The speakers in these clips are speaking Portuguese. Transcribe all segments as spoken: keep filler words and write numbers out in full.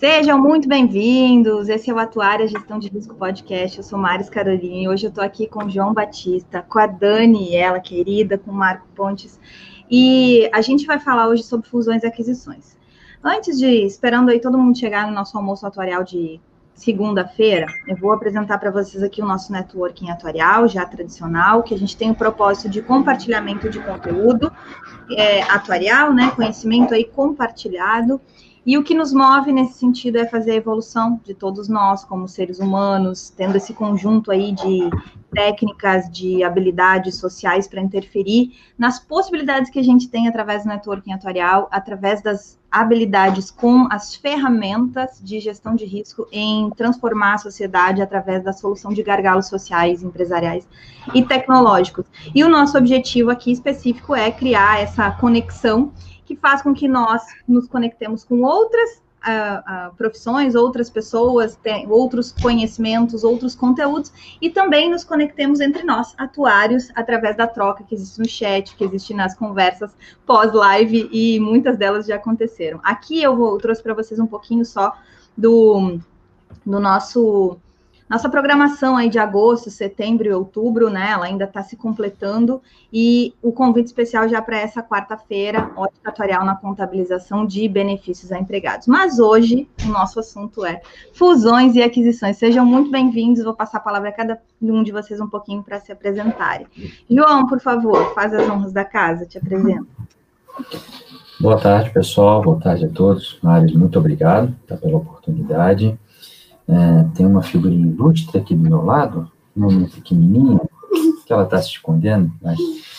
Sejam muito bem-vindos, esse é o Atuária Gestão de Risco Podcast, eu sou Maris Caroline, hoje eu estou aqui com o João Batista, com a Daniela, querida, com o Marco Pontes, e a gente vai falar hoje sobre fusões e aquisições. Antes de, esperando aí todo mundo chegar no nosso almoço atuarial de segunda-feira, eu vou apresentar para vocês aqui o nosso networking atuarial, já tradicional, que a gente tem o propósito de compartilhamento de conteúdo é, atuarial, né, conhecimento aí compartilhado. E o que nos move nesse sentido é fazer a evolução de todos nós, como seres humanos, tendo esse conjunto aí de técnicas, de habilidades sociais para interferir nas possibilidades que a gente tem através do networking atuarial, através das habilidades com as ferramentas de gestão de risco em transformar a sociedade através da solução de gargalos sociais, empresariais e tecnológicos. E o nosso objetivo aqui específico é criar essa conexão que faz com que nós nos conectemos com outras uh, uh, profissões, outras pessoas, tem, outros conhecimentos, outros conteúdos, e também nos conectemos entre nós, atuários, através da troca que existe no chat, que existe nas conversas pós-live, e muitas delas já aconteceram. Aqui eu, vou, eu trouxe para vocês um pouquinho só do, do nosso... Nossa programação aí de agosto, setembro e outubro, né, ela ainda está se completando, e o convite especial já para essa quarta-feira, ótica atuarial na contabilização de benefícios a empregados. Mas hoje, o nosso assunto é fusões e aquisições. Sejam muito bem-vindos, vou passar a palavra a cada um de vocês um pouquinho para se apresentarem. João, por favor, faz as honras da casa, te apresento. Boa tarde, pessoal, boa tarde a todos. Mário, muito obrigado tá, pela oportunidade. É, tem uma figurinha ilustre aqui do meu lado, uma pequenininha, que ela está se escondendo, mas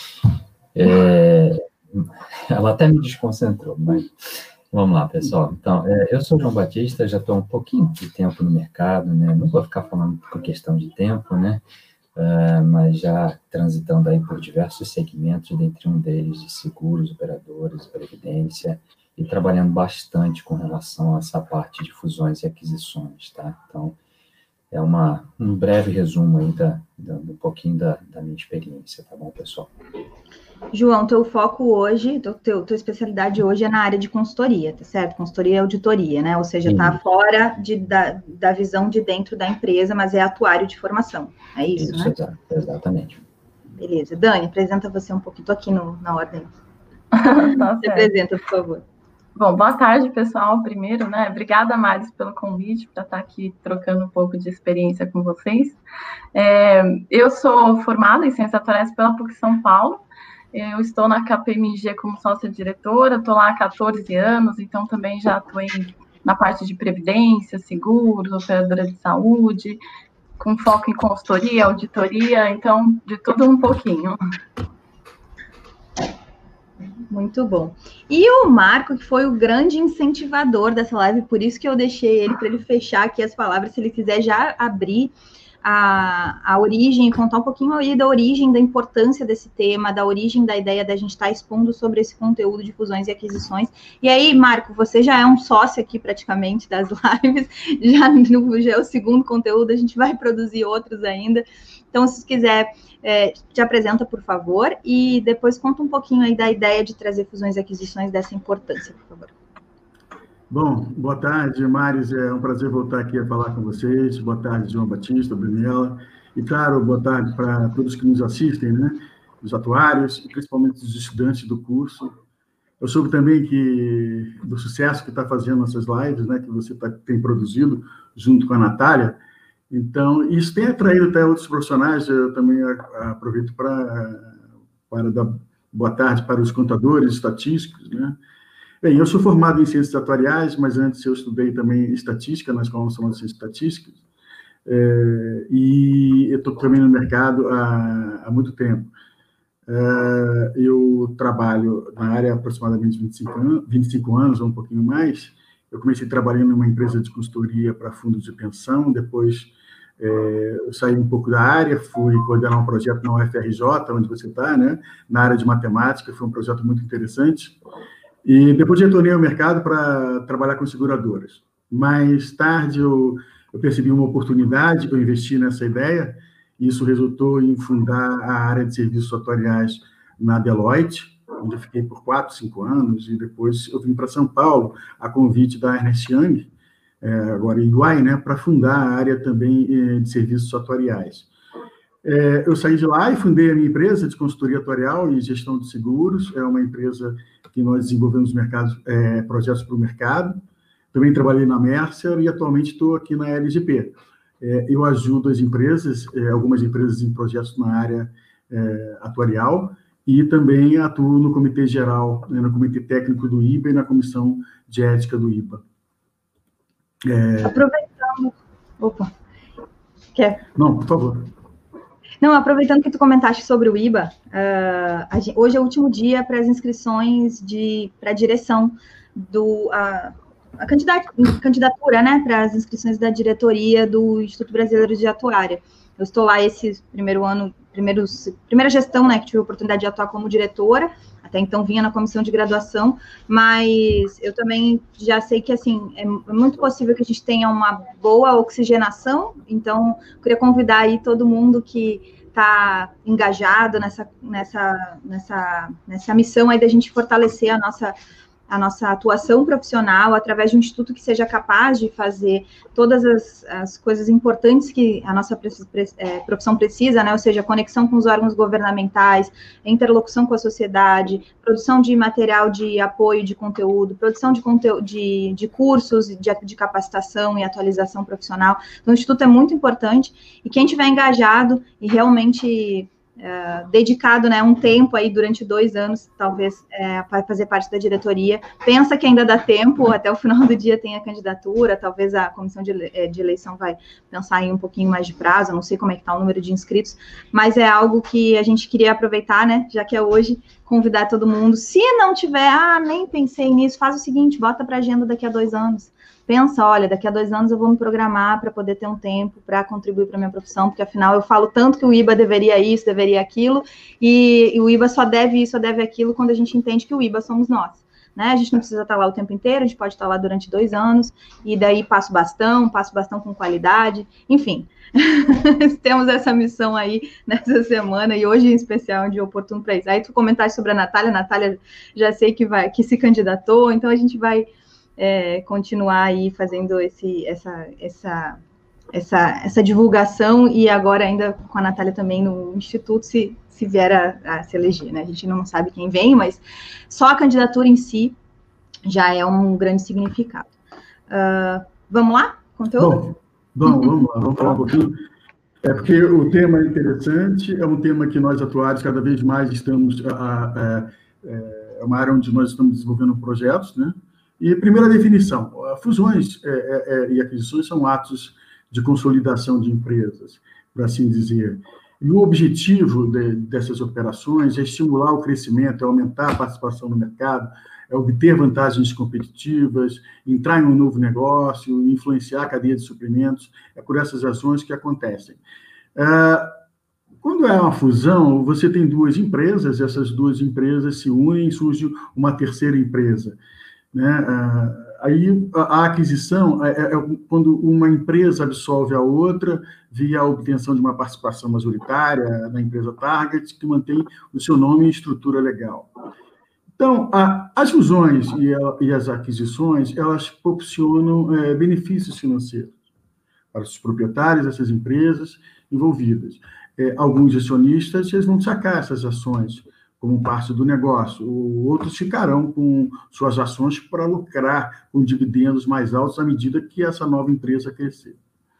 é, ela até me desconcentrou, mas vamos lá, pessoal. Então, é, eu sou o João Batista, já estou há um pouquinho de tempo no mercado, né? Não vou ficar falando por questão de tempo, né? É, mas já transitando aí por diversos segmentos, dentre um deles de seguros, operadores, previdência, e trabalhando bastante com relação a essa parte de fusões e aquisições, tá? Então, é uma, um breve resumo aí da, da, um pouquinho da, da minha experiência, tá bom, pessoal? João, teu foco hoje, teu, tua especialidade hoje é na área de consultoria, tá certo? Consultoria e auditoria, né? Ou seja, Sim. Tá fora de, da, da visão de dentro da empresa, mas é atuário de formação, é isso, isso né? Exato, exatamente. Beleza. Dani, apresenta você um pouquinho, tô aqui no, na ordem. Tá Se apresenta, por favor. Bom, boa tarde, pessoal, primeiro, né, obrigada, Maris, pelo convite, para estar aqui trocando um pouco de experiência com vocês. É, eu sou formada em Ciências Atuariais pela PUC São Paulo, eu estou na K P M G como sócia-diretora, estou lá há quatorze anos, então também já atuei na parte de previdência, seguros, operadora de saúde, com foco em consultoria, auditoria, então, de tudo um pouquinho. Muito bom. E o Marco, que foi o grande incentivador dessa live, por isso que eu deixei ele, para ele fechar aqui as palavras, se ele quiser já abrir a, a origem, contar um pouquinho aí da origem, da importância desse tema, da origem da ideia da gente estar expondo sobre esse conteúdo de fusões e aquisições. E aí, Marco, você já é um sócio aqui praticamente das lives, já, no, já é o segundo conteúdo, a gente vai produzir outros ainda. Então, se quiser, é, te apresenta, por favor, e depois conta um pouquinho aí da ideia de trazer fusões e aquisições, dessa importância, por favor. Bom, boa tarde, Maris, é um prazer voltar aqui a falar com vocês. Boa tarde, João Batista, Daniela, e claro, boa tarde para todos que nos assistem, né? Os atuários, e principalmente os estudantes do curso. Eu soube também que do sucesso que está fazendo essas lives, né, que você tá, tem produzido junto com a Natália. Então, isso tem atraído até outros profissionais. Eu também aproveito para, para dar boa tarde para os contadores estatísticos, né? Bem, eu sou formado em Ciências Atuariais, mas antes eu estudei também Estatística, na Escola Nacional de Ciências Estatísticas, é, e eu estou também no mercado há, há muito tempo. É, eu trabalho na área há aproximadamente vinte e cinco anos, vinte e cinco anos, ou um pouquinho mais. Eu comecei trabalhando numa empresa de consultoria para fundos de pensão, depois é, eu saí um pouco da área, fui coordenar um projeto na U F R J, onde você está, né, na área de matemática, foi um projeto muito interessante, e depois retornei ao mercado para trabalhar com seguradoras. Mais tarde eu, eu percebi uma oportunidade para investir nessa ideia, e isso resultou em fundar a área de serviços atuariais na Deloitte, onde eu fiquei por quatro, cinco anos, e depois eu vim para São Paulo, a convite da Ernst Young, é, agora em Uai, né, para fundar a área também é, de serviços atuariais. É, eu saí de lá e fundei a minha empresa de consultoria atuarial e gestão de seguros. É uma empresa que nós desenvolvemos mercados, é, projetos para o mercado. Também trabalhei na Mercer e atualmente estou aqui na L G P. É, eu ajudo as empresas, é, algumas empresas em projetos na área é, atuarial, e também atuo no Comitê Geral, né, no Comitê Técnico do I B A e na Comissão de Ética do I B A. É... Aproveitando... Opa! Quer? Não, por favor. Não, aproveitando que tu comentaste sobre o I B A, uh, a gente, hoje é o último dia para as inscrições para a direção do... A, a candidatura, né, para as inscrições da diretoria do Instituto Brasileiro de Atuária. Eu estou lá esse primeiro ano, primeiros, primeira gestão, né, que tive a oportunidade de atuar como diretora, até então vinha na comissão de graduação, mas eu também já sei que, assim, é muito possível que a gente tenha uma boa oxigenação, então, eu queria convidar aí todo mundo que está engajado nessa, nessa, nessa, nessa missão aí da gente fortalecer a nossa... a nossa atuação profissional através de um instituto que seja capaz de fazer todas as, as coisas importantes que a nossa profissão precisa, né? Ou seja, conexão com os órgãos governamentais, interlocução com a sociedade, produção de material de apoio de conteúdo, produção de, conteúdo, de, de cursos de, de capacitação e atualização profissional. Então, o instituto é muito importante e quem estiver engajado e realmente... Uh, dedicado, né, um tempo aí durante dois anos, talvez, é, para fazer parte da diretoria, pensa que ainda dá tempo, até o final do dia tem a candidatura, talvez a comissão de, de eleição vai pensar em um pouquinho mais de prazo, não sei como é que está o número de inscritos, mas é algo que a gente queria aproveitar, né, já que é hoje, convidar todo mundo. Se não tiver, ah, nem pensei nisso, faz o seguinte, bota para a agenda daqui a dois anos. Pensa, olha, daqui a dois anos eu vou me programar para poder ter um tempo para contribuir para a minha profissão, porque afinal eu falo tanto que o I B A deveria isso, deveria aquilo, e, e o I B A só deve isso, só deve aquilo quando a gente entende que o I B A somos nós, né? A gente não precisa estar lá o tempo inteiro, a gente pode estar lá durante dois anos, e daí passo bastão, passo bastão com qualidade, enfim. Temos essa missão aí nessa semana, e hoje em especial, um dia oportuno para isso. Aí tu comentaste sobre a Natália, a Natália já sei que, vai, que se candidatou, então a gente vai... É, continuar aí fazendo esse, essa, essa, essa, essa divulgação e agora ainda com a Natália também no Instituto, se, se vier a, a se eleger, né? A gente não sabe quem vem, mas só a candidatura em si já é um grande significado. Uh, vamos lá? Conteúdo? Bom, bom, vamos lá, vamos falar um pouquinho. É porque o tema é interessante, é um tema que nós atuários cada vez mais estamos, a, a, a, é uma área onde nós estamos desenvolvendo projetos, né? E primeira definição, fusões é, é, e aquisições são atos de consolidação de empresas, por assim dizer. E o objetivo de, dessas operações é estimular o crescimento, é aumentar a participação no mercado, é obter vantagens competitivas, entrar em um novo negócio, influenciar a cadeia de suprimentos, é por essas ações que acontecem. É, quando é uma fusão, você tem duas empresas, essas duas empresas se unem e surge uma terceira empresa. Né? Aí a aquisição é, é quando uma empresa absorve a outra via a obtenção de uma participação majoritária na empresa target, que mantém o seu nome e estrutura legal. Então, a, as fusões e, a, e as aquisições, elas proporcionam é, benefícios financeiros para os proprietários dessas empresas envolvidas. É, alguns acionistas eles vão sacar essas ações como parte do negócio, outros ficarão com suas ações para lucrar com dividendos mais altos à medida que essa nova empresa crescer.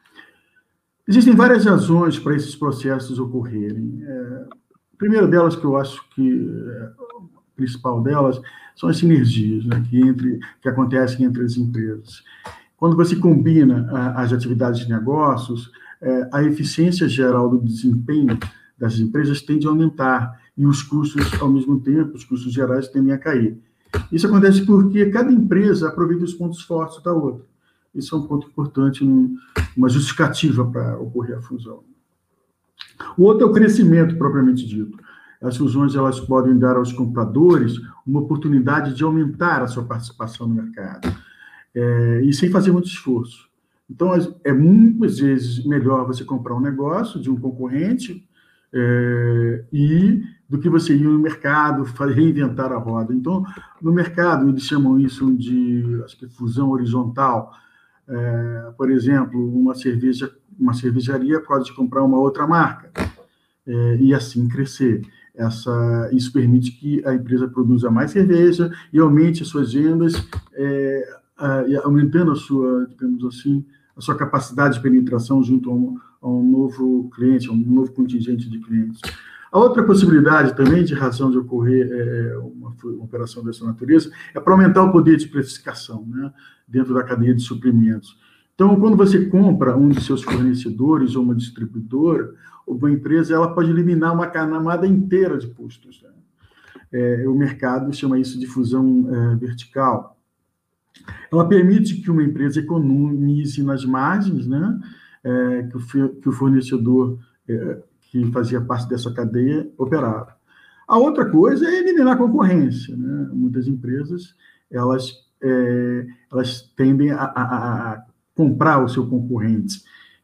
Existem várias razões para esses processos ocorrerem. É, a primeira delas, que eu acho que é, a principal delas, são as sinergias, né, que, entre, que acontecem entre as empresas. Quando você combina a, as atividades de negócios, é, a eficiência geral do desempenho das empresas tende a aumentar, e os custos, ao mesmo tempo, os custos gerais tendem a cair. Isso acontece porque cada empresa aproveita os pontos fortes da outra. Isso é um ponto importante, uma justificativa para ocorrer a fusão. O outro é o crescimento, propriamente dito. As fusões elas podem dar aos compradores uma oportunidade de aumentar a sua participação no mercado, é, e sem fazer muito esforço. Então, é muitas vezes melhor você comprar um negócio de um concorrente é, e do que você ir no mercado, reinventar a roda. Então, no mercado, eles chamam isso de, acho que, fusão horizontal. É, por exemplo, uma cerveja, uma cervejaria pode comprar uma outra marca é, e assim crescer. Essa, isso permite que a empresa produza mais cerveja e aumente as suas vendas, é, a, aumentando a sua, digamos assim, a sua capacidade de penetração junto a um, a um novo cliente, a um novo contingente de clientes. A outra possibilidade também, de razão de ocorrer é, uma, uma operação dessa natureza, é para aumentar o poder de precificação, né, dentro da cadeia de suprimentos. Então, quando você compra um de seus fornecedores ou uma distribuidora, uma empresa ela pode eliminar uma camada inteira de custos. Né? É, o mercado chama isso de fusão é, vertical. Ela permite que uma empresa economize nas margens, né, é, que, o, que o fornecedor é, que fazia parte dessa cadeia operava. A outra coisa é eliminar a concorrência. Né? Muitas empresas elas, é, elas tendem a, a, a comprar o seu concorrente.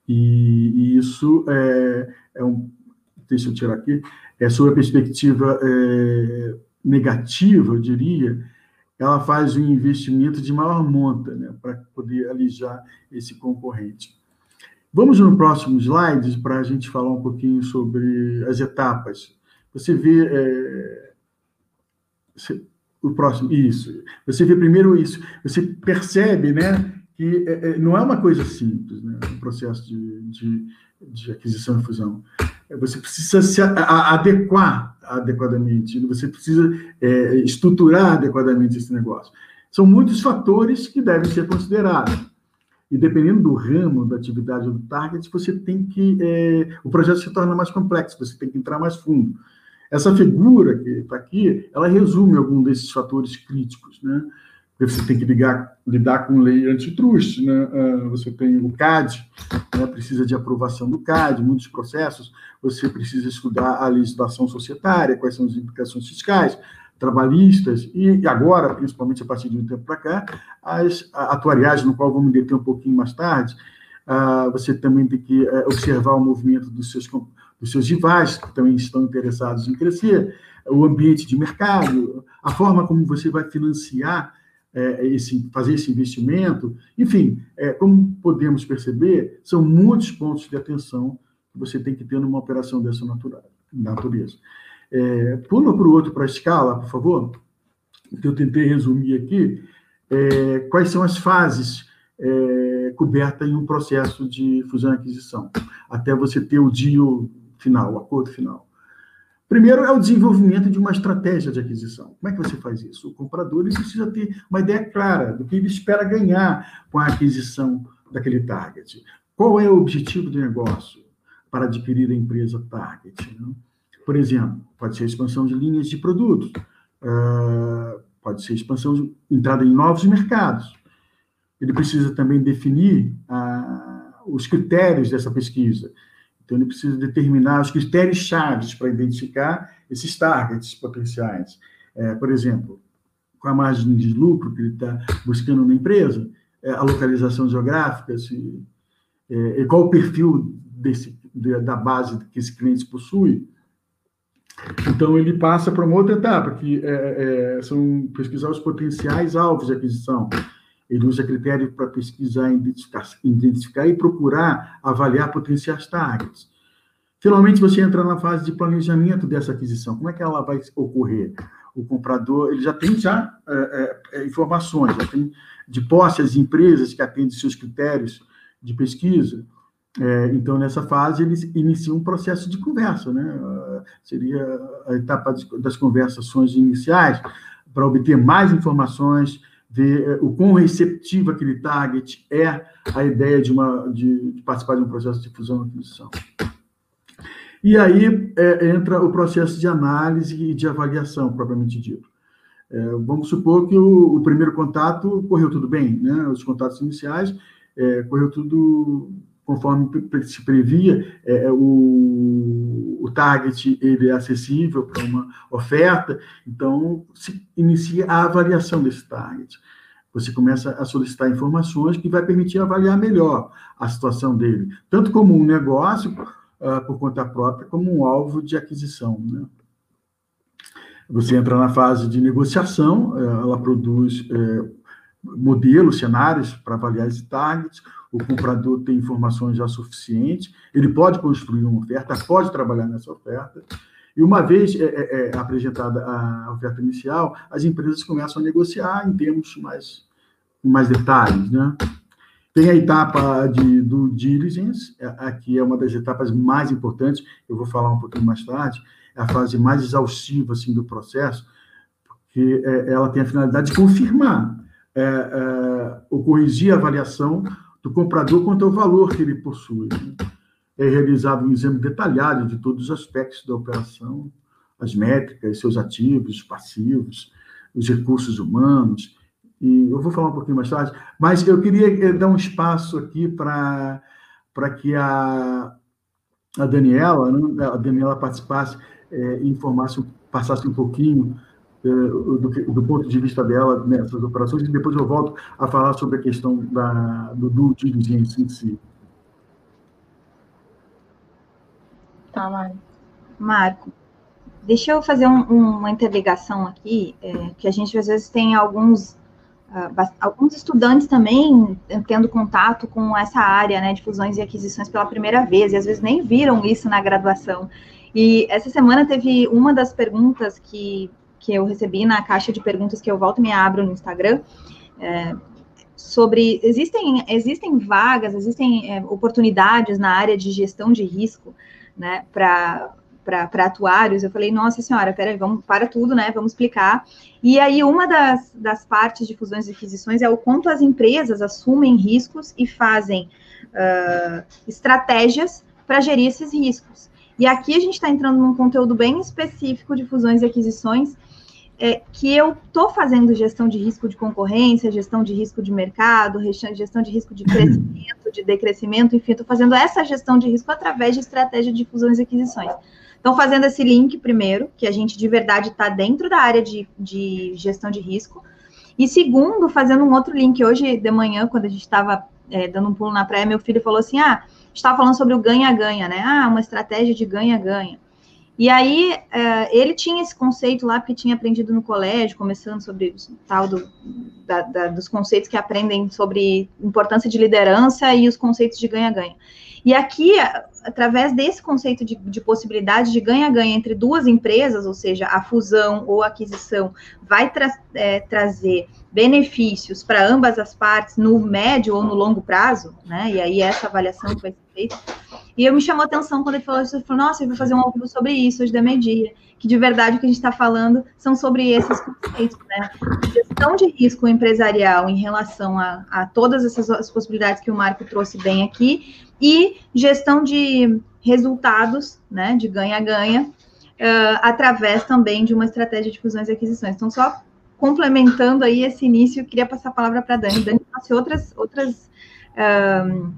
E, e isso é, é um... Deixa eu tirar aqui. É, sob a perspectiva é, negativa, eu diria, ela faz um investimento de maior monta, né, para poder alijar esse concorrente. Vamos no próximo slide para a gente falar um pouquinho sobre as etapas. Você vê... É, você, o próximo, isso. Você vê primeiro isso. Você percebe, né, que é, não é uma coisa simples, né, o processo de, de, de aquisição e fusão. Você precisa se adequar adequadamente, você precisa é, estruturar adequadamente esse negócio. São muitos fatores que devem ser considerados. E dependendo do ramo da atividade do target, você tem que... É, o projeto se torna mais complexo, você tem que entrar mais fundo. Essa figura que está aqui, ela resume algum desses fatores críticos, né? Você tem que ligar, lidar com lei antitrust, né? Uh, você tem o C A D, né? Precisa de aprovação do C A D, muitos processos, você precisa estudar a legislação societária, quais são as implicações fiscais, trabalhistas, e agora, principalmente a partir de um tempo para cá, as atuariais, no qual vou me deter um pouquinho mais tarde, uh, você também tem que uh, observar o movimento dos seus, dos seus rivais, que também estão interessados em crescer, o ambiente de mercado, a forma como você vai financiar É, esse, fazer esse investimento, enfim, é, como podemos perceber, são muitos pontos de atenção que você tem que ter numa operação dessa natura, natureza. É, pula para o outro, para a escala, por favor, que eu tentei resumir aqui, é, quais são as fases é, cobertas em um processo de fusão e aquisição, até você ter o deal final, o acordo final. Primeiro é o desenvolvimento de uma estratégia de aquisição. Como é que você faz isso? O comprador ele precisa ter uma ideia clara do que ele espera ganhar com a aquisição daquele target. Qual é o objetivo do negócio para adquirir a empresa target? Né? Por exemplo, pode ser a expansão de linhas de produtos, uh, pode ser a expansão de entrada em novos mercados. Ele precisa também definir uh, os critérios dessa pesquisa. Então, ele precisa determinar os critérios-chave para identificar esses targets potenciais. É, por exemplo, com a margem de lucro que ele está buscando na empresa, é, a localização geográfica, se, é, qual o perfil desse, da base que esse cliente possui. Então, ele passa para uma outra etapa, que é, é, são pesquisar os potenciais alvos de aquisição. Ele usa critério para pesquisar, identificar, identificar e procurar avaliar potenciais targets. Finalmente, você entra na fase de planejamento dessa aquisição. Como é que ela vai ocorrer? O comprador ele já tem já, é, é, informações, já tem de posse as empresas que atendem seus critérios de pesquisa. É, então, nessa fase, eles iniciam um processo de conversa, né? Seria a etapa das conversações iniciais, para obter mais informações, ver o quão receptivo aquele target é a ideia de, uma, de, de participar de um processo de fusão e aquisição. E aí é, entra o processo de análise e de avaliação, propriamente dito. É, vamos supor que o, o primeiro contato correu tudo bem, né? Os contatos iniciais é, correu tudo conforme se previa, é, o, o target ele é acessível para uma oferta, então se inicia a avaliação desse target. Você começa a solicitar informações que vai permitir avaliar melhor a situação dele, tanto como um negócio, uh, por conta própria, como um alvo de aquisição, né? Você entra na fase de negociação, ela produz é, modelos, cenários para avaliar esse target, o comprador tem informações já suficientes, ele pode construir uma oferta, pode trabalhar nessa oferta, e uma vez é, é, é apresentada a oferta inicial, as empresas começam a negociar em termos mais, mais detalhes, né? Tem a etapa de, do diligence, aqui é uma das etapas mais importantes, eu vou falar um pouquinho mais tarde, é a fase mais exaustiva assim, do processo, porque é, ela tem a finalidade de confirmar é, é, ou corrigir a avaliação do comprador quanto ao valor que ele possui. É realizado um exame detalhado de todos os aspectos da operação, as métricas, seus ativos, os passivos, os recursos humanos, e eu vou falar um pouquinho mais tarde, mas eu queria dar um espaço aqui para que a, a Daniela, né, a Daniela participasse é, e informasse, passasse um pouquinho é, do, do ponto de vista dela nessas operações, e depois eu volto a falar sobre a questão da, do due diligence em si. Tá, Mari. Marco, deixa eu fazer um, uma interligação aqui, é, que a gente às vezes tem alguns, uh, alguns estudantes também tendo contato com essa área, né, de fusões e aquisições pela primeira vez, e às vezes nem viram isso na graduação. E essa semana teve uma das perguntas que, que eu recebi na caixa de perguntas que eu volto e me abro no Instagram, é, sobre, existem, existem vagas, existem é, oportunidades na área de gestão de risco, né, para para atuários. Eu falei, nossa senhora, peraí, vamos, para tudo, né, vamos explicar. E aí, uma das, das partes de fusões e aquisições é o quanto as empresas assumem riscos e fazem uh, estratégias para gerir esses riscos. E aqui a gente está entrando num conteúdo bem específico de fusões e aquisições, é, que eu estou fazendo gestão de risco de concorrência, gestão de risco de mercado, gestão de risco de crescimento, de decrescimento, enfim, estou fazendo essa gestão de risco através de estratégia de fusões e aquisições. Então, fazendo esse link primeiro, que a gente de verdade está dentro da área de, de gestão de risco, e segundo, fazendo um outro link. Hoje de manhã, quando a gente estava é, dando um pulo na praia, meu filho falou assim, ah, a gente estava falando sobre o ganha-ganha, né? Ah, uma estratégia de ganha-ganha. E aí, é, ele tinha esse conceito lá, porque tinha aprendido no colégio, começando sobre o tal do, da, da, dos conceitos que aprendem sobre importância de liderança e os conceitos de ganha-ganha. E aqui, através desse conceito de, de possibilidade de ganha-ganha entre duas empresas, ou seja, a fusão ou a aquisição, vai tra é, trazer benefícios para ambas as partes no médio ou no longo prazo, né? E aí essa avaliação que vai ser feita. E eu me chamou a atenção quando ele falou isso, ele falou, nossa, eu vou fazer um ao vivo sobre isso hoje da meio-dia, que de verdade o que a gente está falando são sobre esses conceitos, né? Gestão de risco empresarial em relação a, a todas essas as possibilidades que o Marco trouxe bem aqui, e gestão de resultados, né, de ganha-ganha, uh, através também de uma estratégia de fusões e aquisições. Então, só complementando aí esse início, eu queria passar a palavra para a Dani. Dani trouxe outras, outras uh,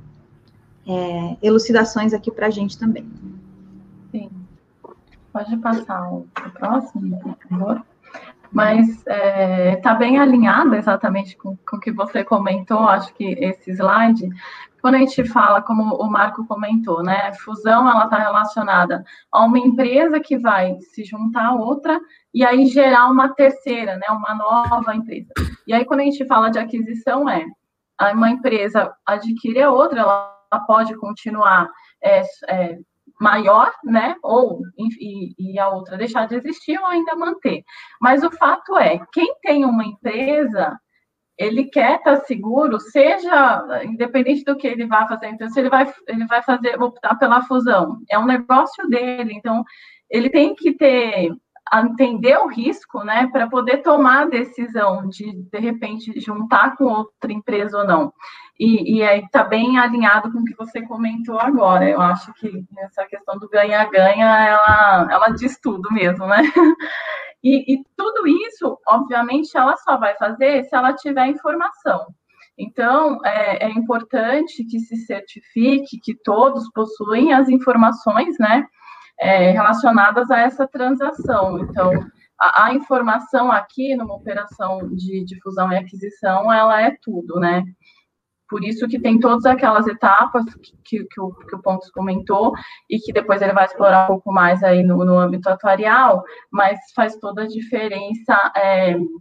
é, elucidações aqui para a gente também. Sim. Pode passar o, o próximo, por favor. Mas está é, tá bem alinhado exatamente com, com o que você comentou, acho que esse slide, quando a gente fala, como o Marco comentou, né, fusão, ela está relacionada a uma empresa que vai se juntar a outra e aí gerar uma terceira, né, uma nova empresa. E aí, quando a gente fala de aquisição, é uma empresa adquire a outra, ela pode continuar é, é, maior, né, ou e, e a outra deixar de existir ou ainda manter. Mas o fato é, quem tem uma empresa, ele quer estar seguro, seja, independente do que ele vai fazer, então, se ele vai, ele vai fazer, optar pela fusão, é um negócio dele, então, ele tem que ter, entender o risco, né, para poder tomar a decisão de, de repente, juntar com outra empresa ou não. E, e aí está bem alinhado com o que você comentou agora. Eu acho que essa questão do ganha-ganha, ela, ela diz tudo mesmo, né? E, e tudo isso, obviamente, ela só vai fazer se ela tiver informação. Então, é, é importante que se certifique que todos possuem as informações, né, é, relacionadas a essa transação. Então, a, a informação aqui, numa operação de, de fusão e aquisição, ela é tudo, né? Por isso que tem todas aquelas etapas que, que, que, o, que o Pontes comentou e que depois ele vai explorar um pouco mais aí no, no âmbito atuarial, mas faz toda a diferença é,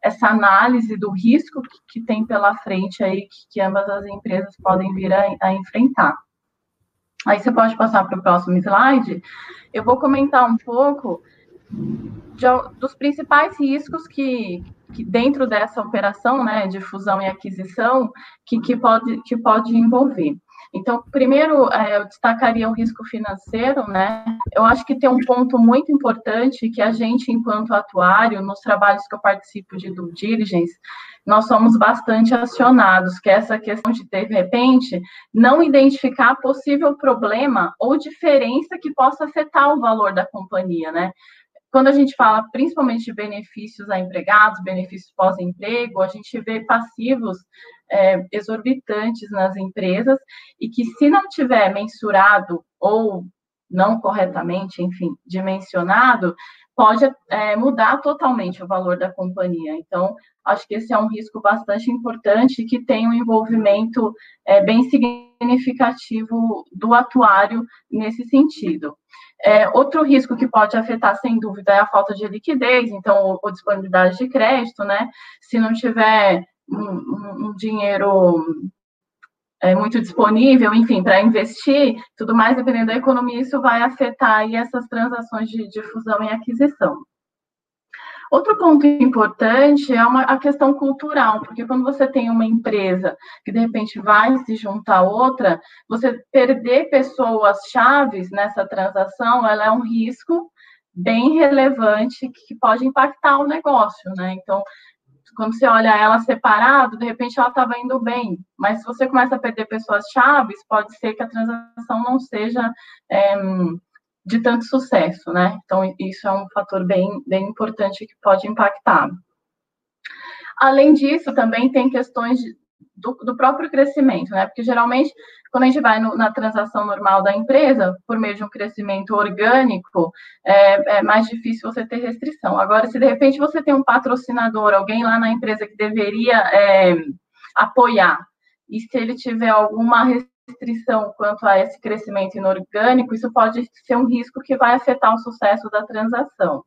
essa análise do risco que, que tem pela frente aí, que, que ambas as empresas podem vir a, a enfrentar. Aí você pode passar para o próximo slide. Eu vou comentar um pouco de, dos principais riscos que, que dentro dessa operação, né, de fusão e aquisição, que, que, pode, que pode envolver. Então, primeiro, é, eu destacaria o risco financeiro, né? Eu acho que tem um ponto muito importante que a gente, enquanto atuário, nos trabalhos que eu participo de due diligence, nós somos bastante acionados, que é essa questão de, de repente, não identificar possível problema ou diferença que possa afetar o valor da companhia, né? Quando a gente fala principalmente de benefícios a empregados, benefícios pós-emprego, a gente vê passivos é, exorbitantes nas empresas e que, se não tiver mensurado ou não corretamente, enfim, dimensionado, pode é, mudar totalmente o valor da companhia. Então, acho que esse é um risco bastante importante que tem um envolvimento é, bem significativo do atuário nesse sentido. É, outro risco que pode afetar, sem dúvida, é a falta de liquidez, então, ou, ou disponibilidade de crédito, né? Se não tiver um, um, um dinheiro é, muito disponível, enfim, para investir, tudo mais, dependendo da economia, isso vai afetar aí essas transações de, de fusão e aquisição. Outro ponto importante é uma, a questão cultural, porque quando você tem uma empresa que, de repente, vai se juntar a outra, você perder pessoas chaves nessa transação, ela é um risco bem relevante que pode impactar o negócio, né? Então, quando você olha ela separado, de repente ela estava indo bem, mas se você começa a perder pessoas chaves, pode ser que a transação não seja é, de tanto sucesso, né? Então, isso é um fator bem, bem importante que pode impactar. Além disso, também tem questões de, do, do próprio crescimento, né? Porque, geralmente, quando a gente vai no, na transação normal da empresa, por meio de um crescimento orgânico, é, é mais difícil você ter restrição. Agora, se de repente você tem um patrocinador, alguém lá na empresa que deveria é, apoiar, e se ele tiver alguma restrição, restrição quanto a esse crescimento inorgânico, isso pode ser um risco que vai afetar o sucesso da transação.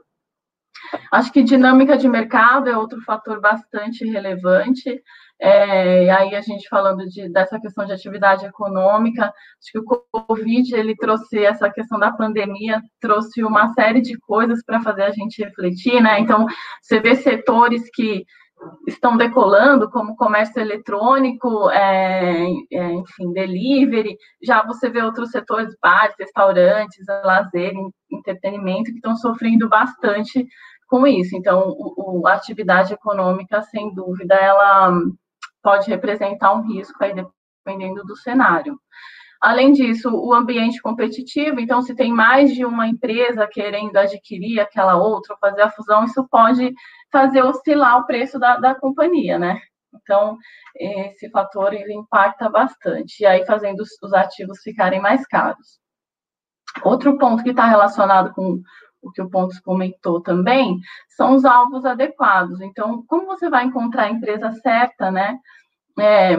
Acho que dinâmica de mercado é outro fator bastante relevante, é, e aí a gente falando de, dessa questão de atividade econômica, acho que o Covid, ele trouxe essa questão da pandemia, trouxe uma série de coisas para fazer a gente refletir, né? Então, você vê setores que estão decolando, como comércio eletrônico, é, é, enfim, delivery, já você vê outros setores, bares, restaurantes, lazer, entretenimento, que estão sofrendo bastante com isso. Então, o, o, a atividade econômica, sem dúvida, ela pode representar um risco aí, dependendo do cenário. Além disso, o ambiente competitivo, então, se tem mais de uma empresa querendo adquirir aquela outra, fazer a fusão, isso pode fazer oscilar o preço da, da companhia, né? Então, esse fator, ele impacta bastante, e aí fazendo os, os ativos ficarem mais caros. Outro ponto que está relacionado com o que o Pontes comentou também, são os alvos adequados. Então, como você vai encontrar a empresa certa, né? É,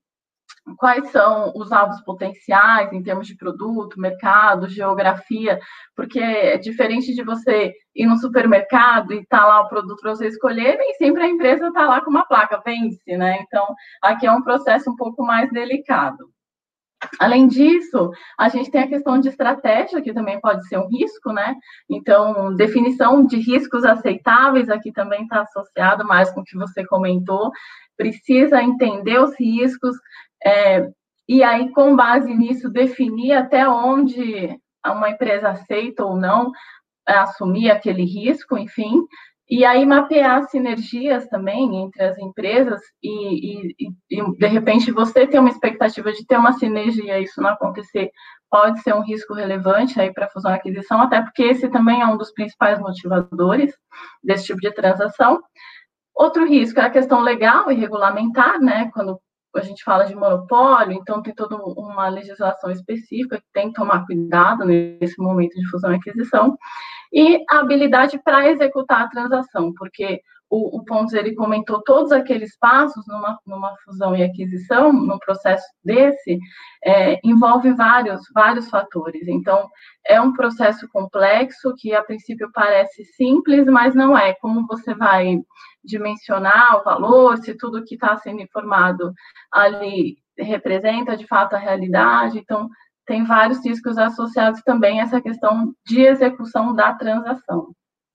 quais são os alvos potenciais em termos de produto, mercado, geografia, porque é diferente de você ir no supermercado e tá lá o produto para você escolher, nem sempre a empresa está lá com uma placa, vence, né? Então, aqui é um processo um pouco mais delicado. Além disso, a gente tem a questão de estratégia, que também pode ser um risco, né? Então, definição de riscos aceitáveis, aqui também está associado mais com o que você comentou, precisa entender os riscos, é, e aí, com base nisso, definir até onde uma empresa aceita ou não é, assumir aquele risco, enfim, e aí mapear sinergias também entre as empresas e, e, e, de repente, você ter uma expectativa de ter uma sinergia e isso não acontecer, pode ser um risco relevante aí para fusão e aquisição, até porque esse também é um dos principais motivadores desse tipo de transação. Outro risco é a questão legal e regulamentar, né? Quando a gente fala de monopólio, então tem toda uma legislação específica que tem que tomar cuidado nesse momento de fusão e aquisição. E a habilidade para executar a transação, porque o, o Pontes, ele comentou todos aqueles passos numa, numa fusão e aquisição, num processo desse, é, envolve vários, vários fatores. Então, é um processo complexo que, a princípio, parece simples, mas não é. Como você vai de mencionar o valor, se tudo que está sendo informado ali representa, de fato, a realidade. Então, tem vários riscos associados também a essa questão de execução da transação.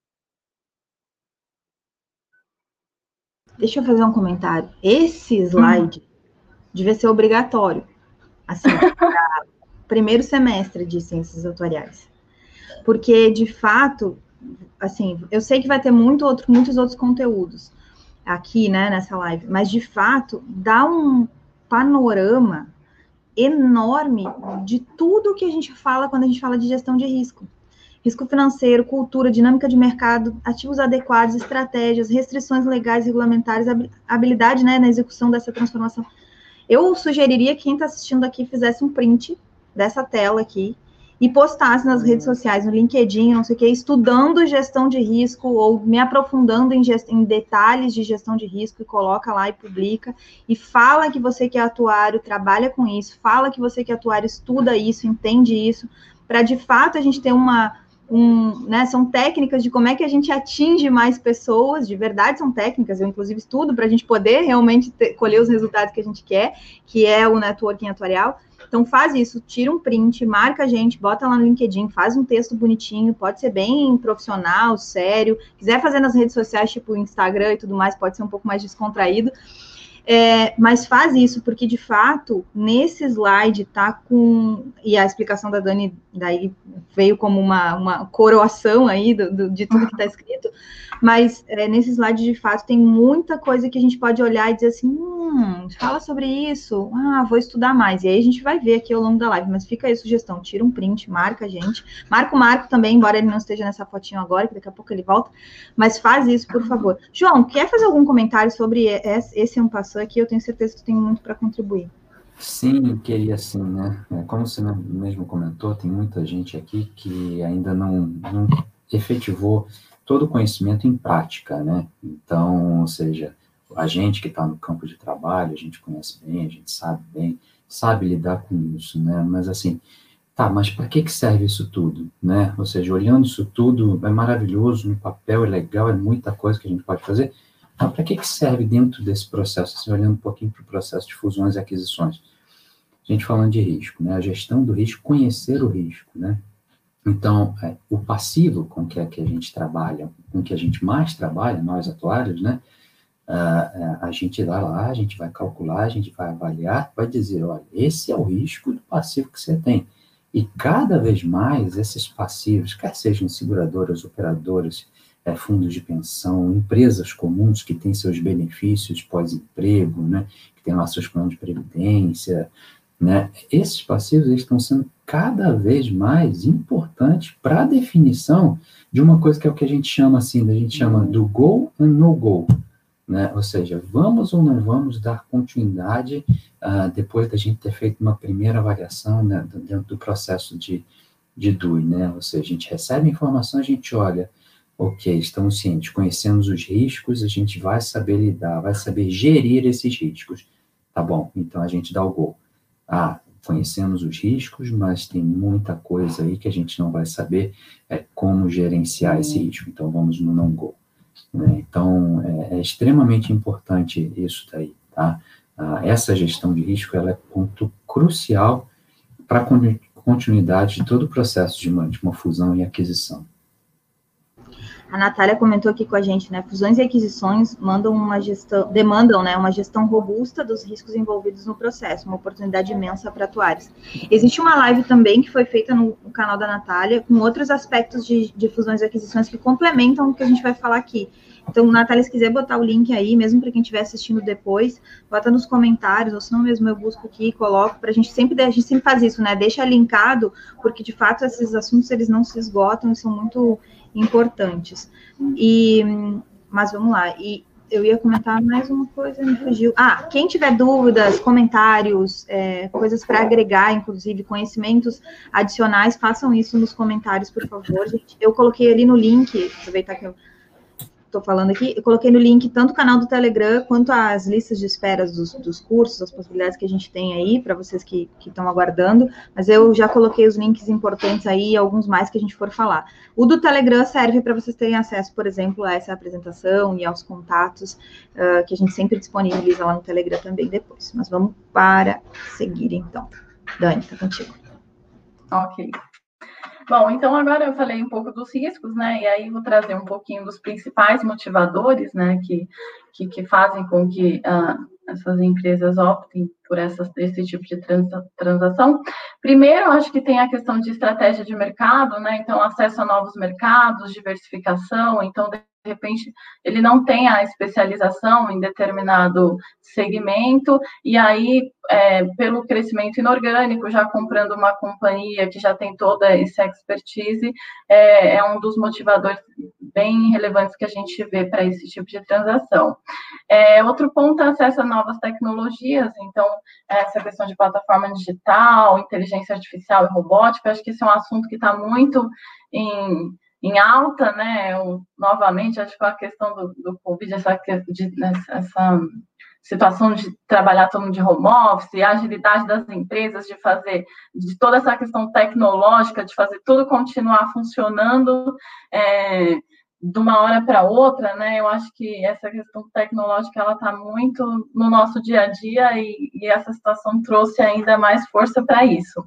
Deixa eu fazer um comentário. Esse slide hum. devia ser obrigatório, assim, para primeiro semestre de Ciências Atuariais. Porque, de fato, assim, eu sei que vai ter muito outro, muitos outros conteúdos aqui, né, nessa live, mas, de fato, dá um panorama enorme de tudo que a gente fala quando a gente fala de gestão de risco. Risco financeiro, cultura, dinâmica de mercado, ativos adequados, estratégias, restrições legais, regulamentares, habilidade, né, na execução dessa transformação. Eu sugeriria que quem está assistindo aqui fizesse um print dessa tela aqui e postasse nas redes sociais, no LinkedIn, não sei o que, estudando gestão de risco ou me aprofundando em, gest... em detalhes de gestão de risco e coloca lá e publica e fala que você que é atuário, trabalha com isso, fala que você que é atuário, estuda isso, entende isso, para de fato a gente ter uma... Um, né, são técnicas de como é que a gente atinge mais pessoas, de verdade são técnicas, eu inclusive estudo para a gente poder realmente ter, colher os resultados que a gente quer, que é o networking atuarial. Então faz isso, tira um print, marca a gente, bota lá no LinkedIn, faz um texto bonitinho, pode ser bem profissional, sério, quiser fazer nas redes sociais, tipo Instagram e tudo mais, pode ser um pouco mais descontraído. É, mas faz isso, porque de fato, nesse slide tá com, e a explicação da Dani daí veio como uma, uma coroação aí do, do, de tudo que está escrito, mas é, nesse slide de fato tem muita coisa que a gente pode olhar e dizer assim, hum, fala sobre isso, ah, vou estudar mais, e aí a gente vai ver aqui ao longo da live, mas fica aí a sugestão, tira um print, marca a gente, marca o Marco também, embora ele não esteja nessa fotinho agora, que daqui a pouco ele volta, mas faz isso, por favor. João, quer fazer algum comentário sobre esse é um passo aqui? Eu tenho certeza que tu tem muito para contribuir. Sim, queria sim, né? Como você mesmo comentou, tem muita gente aqui que ainda não, não efetivou todo o conhecimento em prática, né? Então, ou seja, a gente que está no campo de trabalho, a gente conhece bem, a gente sabe bem, sabe lidar com isso, né? Mas assim, tá, mas para que que serve isso tudo, né? Ou seja, olhando isso tudo, é maravilhoso, no papel é legal, é muita coisa que a gente pode fazer. Então, para que que serve dentro desse processo, assim, olhando um pouquinho para o processo de fusões e aquisições? A gente falando de risco, né? A gestão do risco, conhecer o risco, né? Então, é, o passivo com que, é que a gente trabalha, com que a gente mais trabalha, nós atuários, né? Uh, a gente vai lá, a gente vai calcular, a gente vai avaliar, vai dizer, olha, esse é o risco do passivo que você tem. E cada vez mais esses passivos, quer sejam seguradoras, operadoras, é, fundos de pensão, empresas comuns que têm seus benefícios pós-emprego, né, que têm lá seus planos de previdência, né, esses passivos eles estão sendo cada vez mais importantes para a definição de uma coisa que é o que a gente chama assim, a gente chama do go and no go, né, ou seja, vamos ou não vamos dar continuidade uh, depois da gente ter feito uma primeira avaliação, né, dentro do processo de, de D U I, né, ou seja, a gente recebe a informação, a gente olha, ok, estamos cientes, conhecemos os riscos, a gente vai saber lidar, vai saber gerir esses riscos. Tá bom, então a gente dá o go. Ah, conhecemos os riscos, mas tem muita coisa aí que a gente não vai saber é, como gerenciar esse risco, então vamos no não go. Né? Então, é, é extremamente importante isso daí, tá? Ah, essa gestão de risco, ela é ponto crucial para a continuidade de todo o processo de uma, de uma fusão e aquisição. A Natália comentou aqui com a gente, né? Fusões e aquisições mandam uma gestão, demandam, né, uma gestão robusta dos riscos envolvidos no processo, uma oportunidade imensa para atuários. Existe uma live também que foi feita no, no canal da Natália, com outros aspectos de, de fusões e aquisições que complementam o que a gente vai falar aqui. Então, Natália, se quiser botar o link aí, mesmo para quem estiver assistindo depois, bota nos comentários, ou se não mesmo eu busco aqui e coloco, para a gente sempre, a gente sempre faz isso, né? Deixa linkado, porque de fato esses assuntos eles não se esgotam e são muito importantes. E, mas vamos lá, e eu ia comentar mais uma coisa, me fugiu. Ah, quem tiver dúvidas, comentários, é, coisas para agregar, inclusive conhecimentos adicionais, façam isso nos comentários, por favor, gente. Eu coloquei ali no link, aproveitar que eu estou falando aqui, eu coloquei no link tanto o canal do Telegram quanto as listas de espera dos, dos cursos, as possibilidades que a gente tem aí para vocês que estão aguardando, mas eu já coloquei os links importantes aí e alguns mais que a gente for falar. O do Telegram serve para vocês terem acesso, por exemplo, a essa apresentação e aos contatos uh, que a gente sempre disponibiliza lá no Telegram também depois. Mas vamos para seguir, então. Dani, tá contigo. Ok. Bom, então agora eu falei um pouco dos riscos, né? E aí vou trazer um pouquinho dos principais motivadores, né? Que, que, que fazem com que uh, essas empresas optem por essas, esse tipo de transa, transação. Primeiro, acho que tem a questão de estratégia de mercado, né? Então, acesso a novos mercados, diversificação. Então, de repente, ele não tem a especialização em determinado segmento, e aí, é, pelo crescimento inorgânico, já comprando uma companhia que já tem toda essa expertise, é, é um dos motivadores bem relevantes que a gente vê para esse tipo de transação. É, outro ponto é acesso a novas tecnologias, então, essa questão de plataforma digital, inteligência artificial e robótica, acho que esse é um assunto que está muito em... em alta, né, eu, novamente, acho que a questão do, do Covid, essa, de, essa situação de trabalhar todo mundo de home office, a agilidade das empresas de fazer, de toda essa questão tecnológica, de fazer tudo continuar funcionando é, de uma hora para outra, né, eu acho que essa questão tecnológica, ela está muito no nosso dia a dia e, e essa situação trouxe ainda mais força para isso.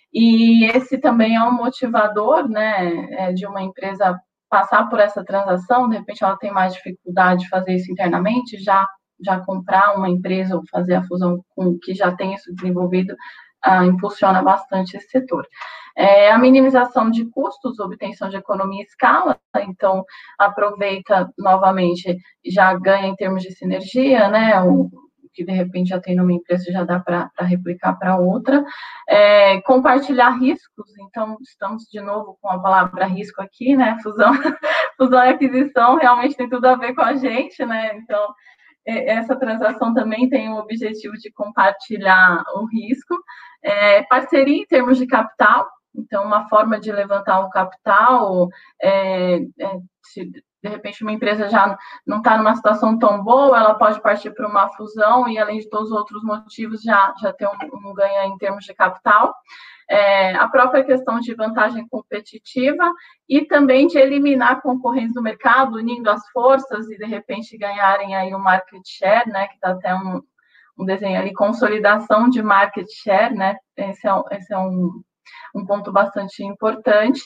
E esse também é um motivador, né, de uma empresa passar por essa transação, de repente ela tem mais dificuldade de fazer isso internamente, já, já comprar uma empresa ou fazer a fusão com que já tem isso desenvolvido, ah, impulsiona bastante esse setor. É, a minimização de custos, obtenção de economia e escala, então aproveita novamente, já ganha em termos de sinergia, né, o, que de repente já tem numa empresa, já dá para replicar para outra. É, compartilhar riscos, então estamos de novo com a palavra risco aqui, né? Fusão, fusão e aquisição realmente tem tudo a ver com a gente, né? Então, essa transação também tem o objetivo de compartilhar o risco. É, parceria em termos de capital, então, uma forma de levantar um capital, é, é, se de repente uma empresa já não está numa situação tão boa, ela pode partir para uma fusão e, além de todos os outros motivos, já, já ter um, um ganho em termos de capital. É, a própria questão de vantagem competitiva e também de eliminar concorrentes do mercado, unindo as forças e, de repente, ganharem aí um market share, né, que está até um, um desenho ali, consolidação de market share, né, esse é, esse é um... um ponto bastante importante,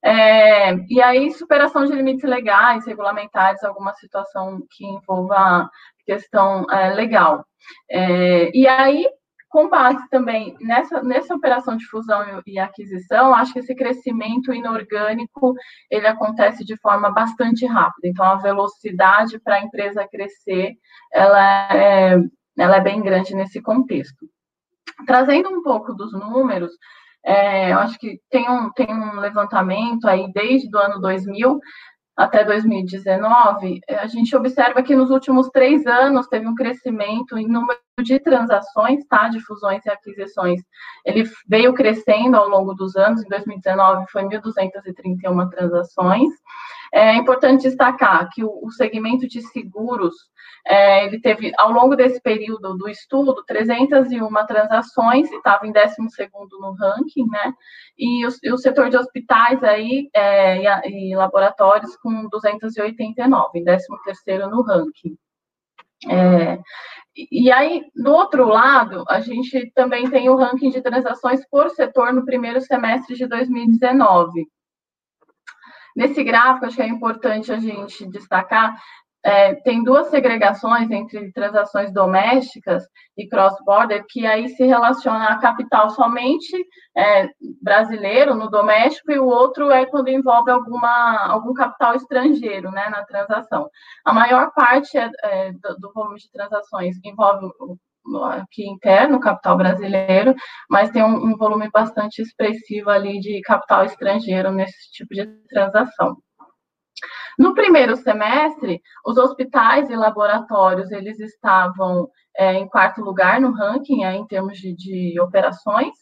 é, e aí superação de limites legais, regulamentares, alguma situação que envolva questão é, legal. É, e aí, com base também nessa, nessa operação de fusão e, e aquisição, acho que esse crescimento inorgânico, ele acontece de forma bastante rápida, então a velocidade para a empresa crescer, ela é, ela é bem grande nesse contexto. Trazendo um pouco dos números, É, eu acho que tem um, tem um levantamento aí desde o ano dois mil até dois mil e dezenove, a gente observa que nos últimos três anos teve um crescimento em número de transações, tá, de fusões e aquisições. Ele veio crescendo ao longo dos anos, em dois mil e dezenove foi mil duzentas e trinta e uma transações. É importante destacar que o, o segmento de seguros, é, ele teve, ao longo desse período do estudo, trezentas e uma transações, e estava em décimo segundo no ranking, né? E o, e o setor de hospitais aí, é, e, e laboratórios com duzentas e oitenta e nove, em décimo terceiro no ranking. É, e aí, do outro lado, a gente também tem o ranking de transações por setor no primeiro semestre de dois mil e dezenove. Nesse gráfico, acho que é importante a gente destacar, é, tem duas segregações entre transações domésticas e cross-border, que aí se relaciona a capital somente é, brasileiro no doméstico, e o outro é quando envolve alguma, algum capital estrangeiro, né, na transação. A maior parte é, é, do, do volume de transações envolve aqui interno, capital brasileiro, mas tem um, um volume bastante expressivo ali de capital estrangeiro nesse tipo de transação. No primeiro semestre, os hospitais e laboratórios, eles estavam é, em quarto lugar no ranking, é, em termos de, de operações,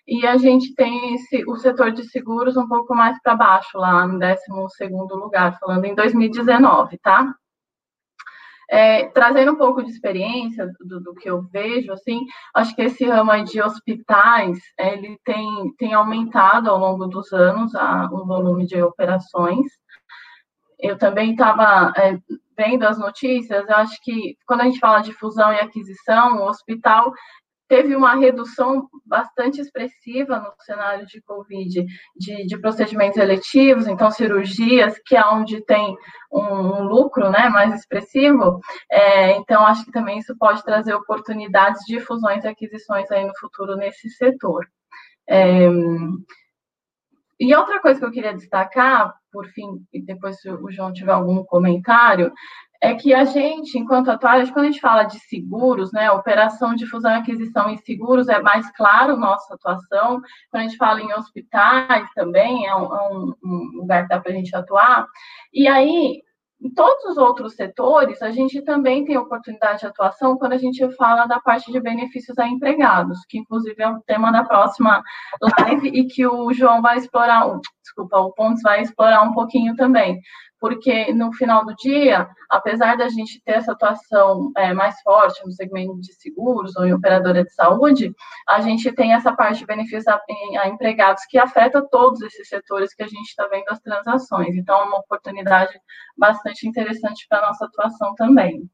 e a gente tem esse, o setor de seguros um pouco mais para baixo, lá no décimo segundo lugar, falando em dois mil e dezenove, tá? É, trazendo um pouco de experiência do, do que eu vejo, assim, acho que esse ramo aí de hospitais, ele tem, tem aumentado ao longo dos anos a, o volume de operações. Eu também estava é, vendo as notícias, eu acho que quando a gente fala de fusão e aquisição, o hospital teve uma redução bastante expressiva no cenário de Covid, de, de procedimentos eletivos, então cirurgias, que é onde tem um, um lucro, né, mais expressivo. É, então, acho que também isso pode trazer oportunidades de fusões e aquisições aí no futuro nesse setor. É, e outra coisa que eu queria destacar, por fim, e depois se o João tiver algum comentário, é que a gente, enquanto atuários, quando a gente fala de seguros, né, operação de fusão e aquisição em seguros é mais claro nossa atuação. Quando a gente fala em hospitais também, é um, é um lugar que dá para a gente atuar. E aí, em todos os outros setores, a gente também tem oportunidade de atuação quando a gente fala da parte de benefícios a empregados, que inclusive é o tema da próxima live e que o João vai explorar, desculpa, o Pontes vai explorar um pouquinho também. Porque, no final do dia, apesar da gente ter essa atuação é, mais forte no segmento de seguros ou em operadora de saúde, a gente tem essa parte de benefícios a, a empregados que afeta todos esses setores que a gente está vendo as transações. Então, é uma oportunidade bastante interessante para a nossa atuação também.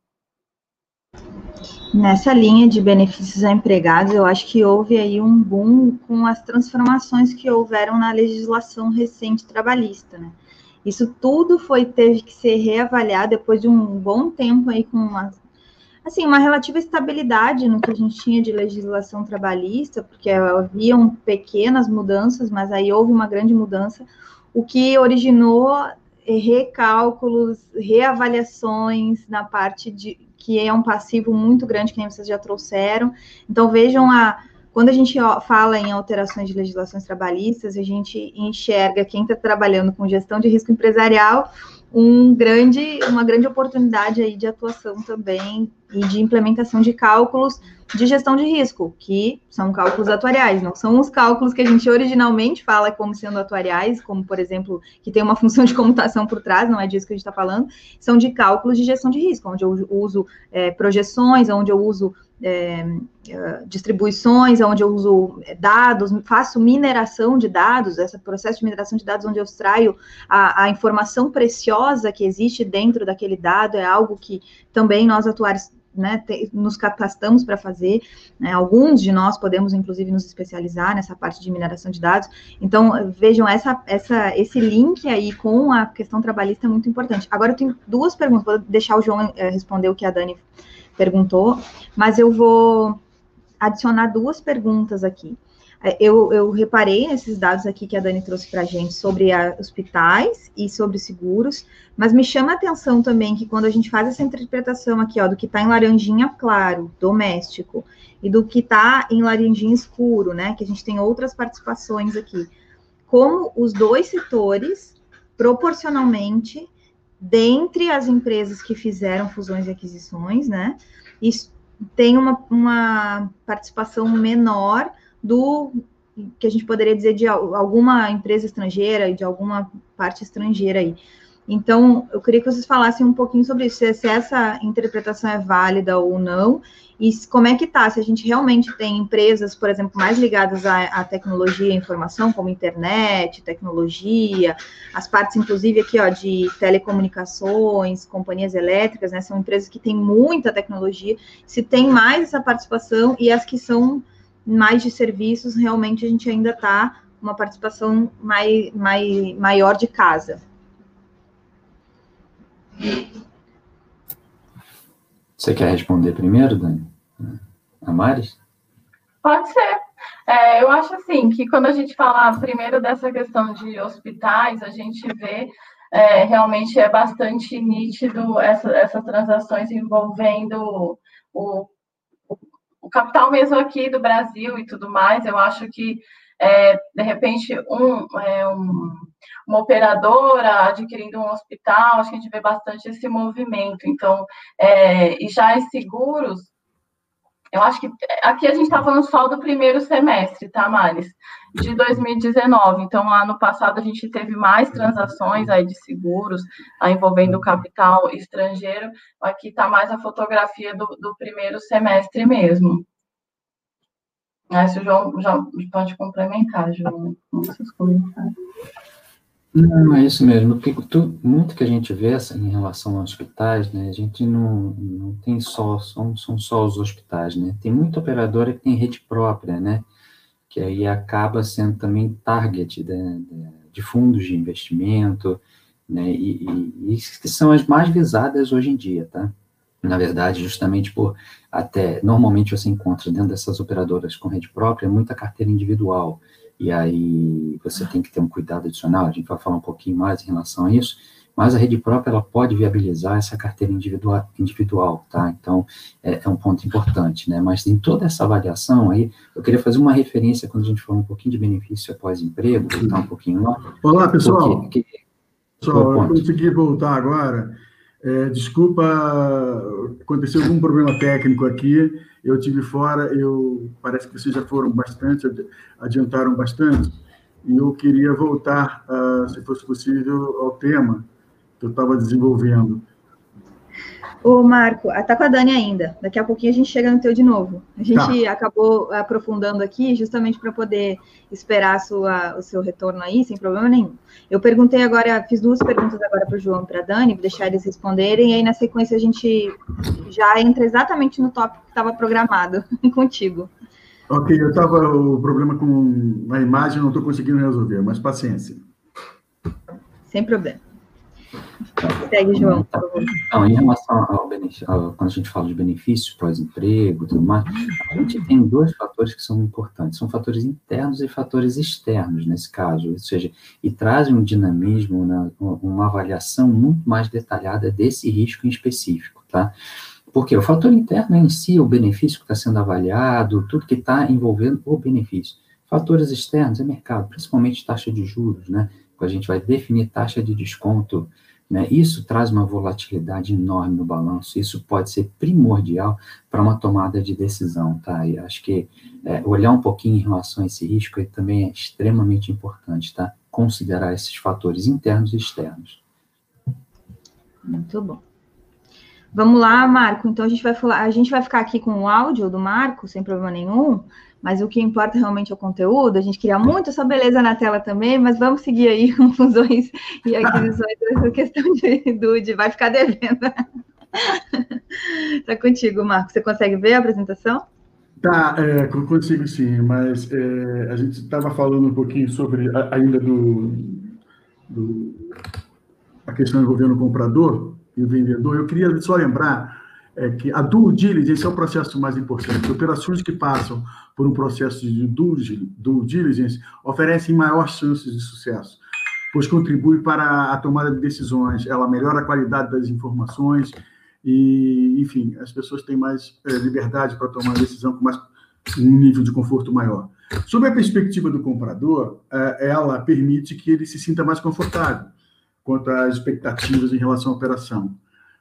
Nessa linha de benefícios a empregados, eu acho que houve aí um boom com as transformações que houveram na legislação recente trabalhista, né? Isso tudo foi, teve que ser reavaliado depois de um bom tempo aí com uma, assim, uma relativa estabilidade no que a gente tinha de legislação trabalhista, porque haviam pequenas mudanças, mas aí houve uma grande mudança, o que originou recálculos, reavaliações na parte de, que é um passivo muito grande, que nem vocês já trouxeram. Então, vejam a... Quando a gente fala em alterações de legislações trabalhistas, a gente enxerga quem está trabalhando com gestão de risco empresarial um grande, uma grande oportunidade aí de atuação também e de implementação de cálculos de gestão de risco, que são cálculos atuariais, não são os cálculos que a gente originalmente fala como sendo atuariais, como, por exemplo, que tem uma função de comutação por trás, não é disso que a gente está falando, são de cálculos de gestão de risco, onde eu uso é, projeções, onde eu uso É, distribuições, onde eu uso dados, faço mineração de dados, esse processo de mineração de dados onde eu extraio a, a informação preciosa que existe dentro daquele dado, é algo que também nós atuários, né, te, nos capacitamos para fazer, né, alguns de nós podemos, inclusive, nos especializar nessa parte de mineração de dados. Então, vejam, essa, essa, esse link aí com a questão trabalhista é muito importante. Agora, eu tenho duas perguntas, vou deixar o João é, responder o que a Dani perguntou, mas eu vou adicionar duas perguntas aqui. Eu, eu reparei nesses dados aqui que a Dani trouxe para a gente sobre a, hospitais e sobre seguros, mas me chama a atenção também que quando a gente faz essa interpretação aqui, ó, do que está em laranjinha claro, doméstico, e do que está em laranjinha escuro, né, que a gente tem outras participações aqui, como os dois setores, proporcionalmente, dentre as empresas que fizeram fusões e aquisições, né, e tem uma, uma participação menor do que a gente poderia dizer de alguma empresa estrangeira e de alguma parte estrangeira aí. Então, eu queria que vocês falassem um pouquinho sobre isso, se, se essa interpretação é válida ou não, e como é que tá, se a gente realmente tem empresas, por exemplo, mais ligadas à, à tecnologia e informação, como internet, tecnologia, as partes, inclusive, aqui, ó, de telecomunicações, companhias elétricas, né, são empresas que têm muita tecnologia, se tem mais essa participação, e as que são mais de serviços, realmente a gente ainda está uma participação mai, mai, maior de casa. Você quer responder primeiro, Dani? A Maris? Pode ser. É, eu acho assim, que quando a gente fala primeiro dessa questão de hospitais, a gente vê, é, realmente é bastante nítido essa, essas transações envolvendo o, o, o capital mesmo aqui do Brasil e tudo mais. Eu acho que, é, de repente, um, é, um, uma operadora adquirindo um hospital, acho que a gente vê bastante esse movimento. Então, é, e já em seguros, Eu acho que aqui a gente está falando só do primeiro semestre, tá, Maris? De dois mil e dezenove. Então, lá no passado, a gente teve mais transações aí de seguros, aí envolvendo capital estrangeiro. Aqui está mais a fotografia do, do primeiro semestre mesmo. Aí, se o João já pode complementar, João, com seus comentários. Não, é isso mesmo. Porque tu, muito que a gente vê assim, em relação aos hospitais, né, a gente não, não tem só, são, são só os hospitais, né? Tem muita operadora que tem rede própria, né? Que aí acaba sendo também target de, de, de fundos de investimento, né? E, e, e que são as mais visadas hoje em dia, tá? Na verdade, justamente por, até, normalmente você encontra dentro dessas operadoras com rede própria muita carteira individual, e aí você tem que ter um cuidado adicional, a gente vai falar um pouquinho mais em relação a isso, mas a rede própria, ela pode viabilizar essa carteira individual, individual, tá? Então, é, é um ponto importante, né? Mas em toda essa avaliação aí, eu queria fazer uma referência, quando a gente falou um pouquinho de benefício após emprego, voltar um pouquinho lá. Olá, pessoal. Porque, que, pessoal, eu consegui voltar agora. É, desculpa, aconteceu algum problema técnico aqui, eu estive fora, eu, parece que vocês já foram bastante, adiantaram bastante, e eu queria voltar, uh, se fosse possível, ao tema que eu estava desenvolvendo. Ô, Marco, tá com a Dani ainda. Daqui a pouquinho a gente chega no teu de novo. A gente tá. acabou aprofundando aqui justamente para poder esperar a sua, o seu retorno aí, sem problema nenhum. Eu perguntei agora, fiz duas perguntas agora para o João e para a Dani, vou deixar eles responderem, e aí na sequência a gente já entra exatamente no tópico que estava programado contigo. Ok, eu estava, o problema com a imagem, não estou conseguindo resolver, mas paciência. Sem problema. Segue, João, por favor. Então, em relação ao benefício, ao, quando a gente fala de benefício pós-emprego e tudo mais, a gente tem dois fatores que são importantes, são fatores internos e fatores externos, nesse caso, ou seja, e trazem um dinamismo, né, uma avaliação muito mais detalhada desse risco em específico, tá? Porque o fator interno em si, o benefício que está sendo avaliado, tudo que está envolvendo o benefício. Fatores externos é mercado, principalmente taxa de juros, né? Quando a gente vai definir taxa de desconto, né? Isso traz uma volatilidade enorme no balanço, isso pode ser primordial para uma tomada de decisão, tá? E acho que é, olhar um pouquinho em relação a esse risco aí também é extremamente importante, tá? Considerar esses fatores internos e externos. Muito bom. Vamos lá, Marco. Então a gente vai falar, a gente vai ficar aqui com o áudio do Marco, sem problema nenhum, mas o que importa realmente é o conteúdo. A gente queria muito essa beleza na tela também, mas vamos seguir aí com fusões e aquisições dessa questão de Dude, vai ficar devendo. Tá contigo, Marco. Você consegue ver a apresentação? Tá, é, consigo sim, mas é, a gente estava falando um pouquinho sobre ainda do, do a questão envolvendo o comprador e o vendedor. Eu queria só lembrar é, que a due diligence é o processo mais importante. Operações que passam por um processo de due, due diligence oferecem maiores chances de sucesso, pois contribui para a tomada de decisões, ela melhora a qualidade das informações e, enfim, as pessoas têm mais é, liberdade para tomar a decisão com mais, um nível de conforto maior. Sob a perspectiva do comprador, é, ela permite que ele se sinta mais confortável quanto às expectativas em relação à operação.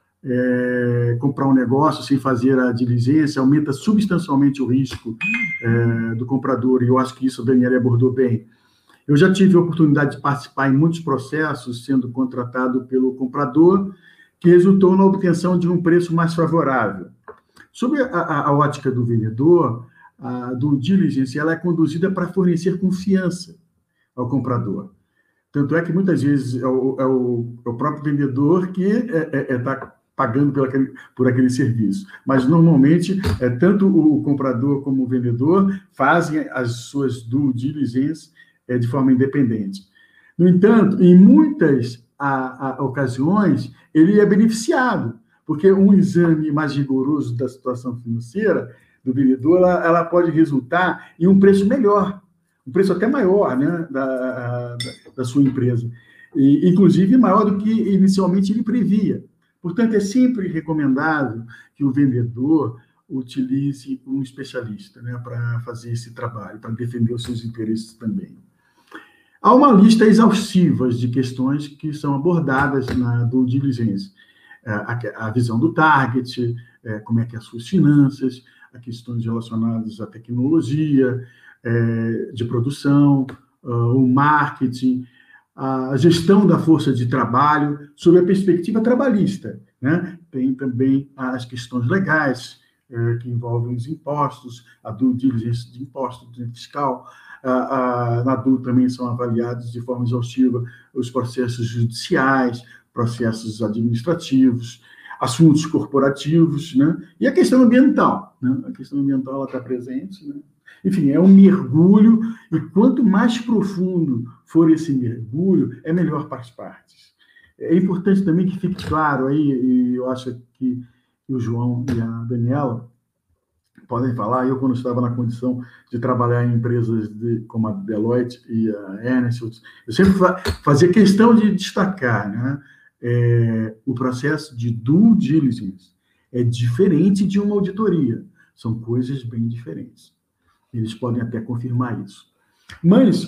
É, comprar um negócio sem fazer a diligência aumenta substancialmente o risco é, do comprador, e eu acho que isso a Daniela abordou bem. Eu já tive a oportunidade de participar em muitos processos sendo contratado pelo comprador, que resultou na obtenção de um preço mais favorável. Sob a, a, a ótica do vendedor, a due diligence ela é conduzida para fornecer confiança ao comprador. Tanto é que, muitas vezes, é o, é o, é o próprio vendedor que está é, é, é, pagando por aquele, por aquele serviço. Mas, normalmente, é, tanto o comprador como o vendedor fazem as suas due diligence é, de forma independente. No entanto, em muitas a, a, ocasiões, ele é beneficiado, porque um exame mais rigoroso da situação financeira do vendedor, ela, ela pode resultar em um preço melhor, um preço até maior, né, da, da sua empresa, e, inclusive maior do que inicialmente ele previa. Portanto, é sempre recomendável que o vendedor utilize um especialista, né, para fazer esse trabalho, para defender os seus interesses também. Há uma lista exaustiva de questões que são abordadas na due diligence. A, a visão do target, como é que é as suas finanças, a questões relacionadas à tecnologia, é, de produção, uh, o marketing, a gestão da força de trabalho, sob a perspectiva trabalhista, né? Tem também as questões legais, é, que envolvem os impostos, a due diligence de impostos, de fiscal. A, a, na D U também são avaliados de forma exaustiva os processos judiciais, processos administrativos, assuntos corporativos, né? E a questão ambiental, né? A questão ambiental está presente, né? Enfim, é um mergulho, e quanto mais profundo for esse mergulho, é melhor para as partes. É importante também que fique claro aí, e eu acho que o João e a Daniela podem falar, eu quando estava na condição de trabalhar em empresas de, como a Deloitte e a Ernst, eu sempre fazia questão de destacar, né, é, o processo de due diligence é diferente de uma auditoria, são coisas bem diferentes. Eles podem até confirmar isso. Mas,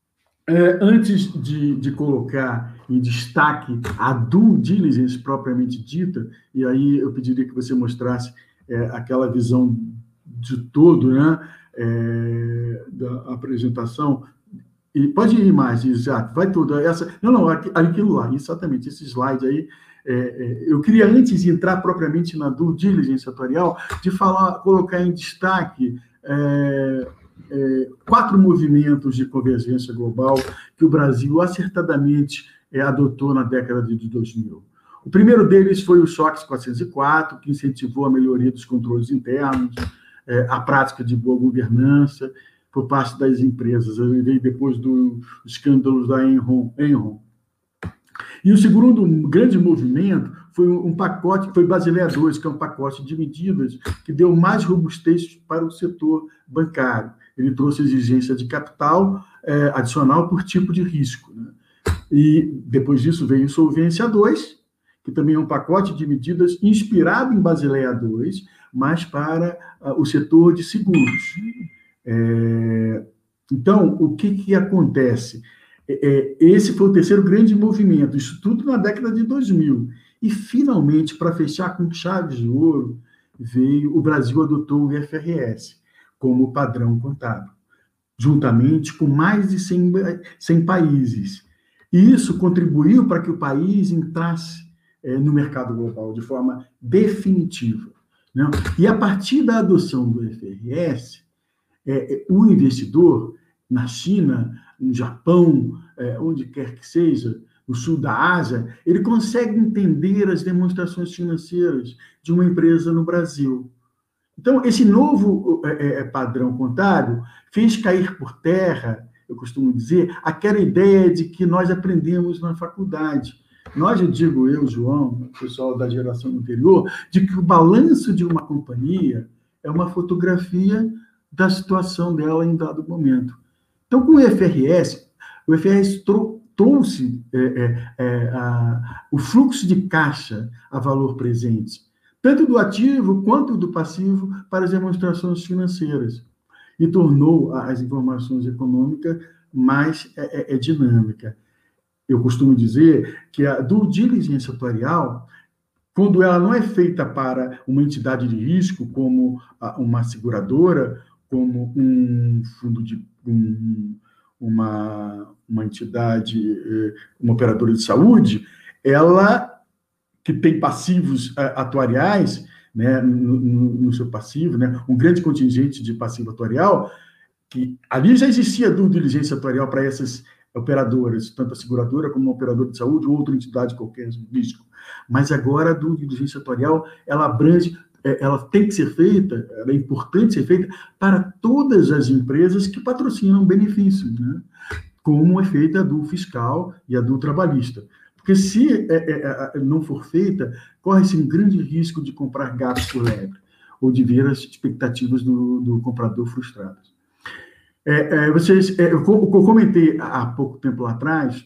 é, antes de, de colocar em destaque a due diligence propriamente dita, e aí eu pediria que você mostrasse é, aquela visão de todo, né, é, da apresentação, e pode ir mais, exato, vai tudo, essa, não, não, aquilo lá, exatamente, esse slide aí, é, é, eu queria, antes de entrar propriamente na due diligence atuarial, de falar, colocar em destaque É, é, quatro movimentos de convergência global que o Brasil acertadamente é, adotou na década de dois mil. O primeiro deles foi o SOX quatrocentos e quatro, que incentivou a melhoria dos controles internos, é, a prática de boa governança por parte das empresas. Ele veio depois dos escândalos da Enron. Enron. E o segundo grande movimento foi um pacote, foi Basileia dois, que é um pacote de medidas que deu mais robustez para o setor bancário. Ele trouxe exigência de capital é, adicional por tipo de risco, né? E depois disso veio o Solvência dois, que também é um pacote de medidas inspirado em Basileia dois, mas para uh, o setor de seguros. É, então, o que, que acontece? É, esse foi o terceiro grande movimento, isso tudo na década de dois mil. E, finalmente, para fechar com chaves de ouro, veio o Brasil adotou o I F R S como padrão contábil, juntamente com mais de cem, cem países. E isso contribuiu para que o país entrasse é, no mercado global de forma definitiva, né? E, a partir da adoção do I F R S, é, o investidor, na China, no Japão, é, onde quer que seja, no sul da Ásia, ele consegue entender as demonstrações financeiras de uma empresa no Brasil. Então, esse novo é, é, padrão contábil fez cair por terra, eu costumo dizer, aquela ideia de que nós aprendemos na faculdade. Nós, eu digo eu, João, o pessoal da geração anterior, de que o balanço de uma companhia é uma fotografia da situação dela em dado momento. Então, com o I F R S, o I F R S trou trouxe é, é, é, a, o fluxo de caixa a valor presente, tanto do ativo quanto do passivo, para as demonstrações financeiras, e tornou as informações econômicas mais é, é, dinâmica. Eu costumo dizer que a due diligence atuarial, quando ela não é feita para uma entidade de risco, como uma seguradora, como um fundo de um, uma, uma entidade, uma operadora de saúde, ela que tem passivos atuariais, né, no, no, no seu passivo, né, um grande contingente de passivo atuarial, que ali já existia due diligência atuarial para essas operadoras, tanto a seguradora como uma operadora de saúde ou outra entidade qualquer de risco. Mas agora a due diligência atuarial, ela abrange, ela tem que ser feita, ela é importante ser feita para todas as empresas que patrocinam benefícios, né? Como é feita a due fiscal e a due trabalhista. Porque se é, é, não for feita, corre-se um grande risco de comprar gatos por lebre, ou de ver as expectativas do, do comprador frustradas. É, é, vocês, é, eu, eu comentei há pouco tempo lá atrás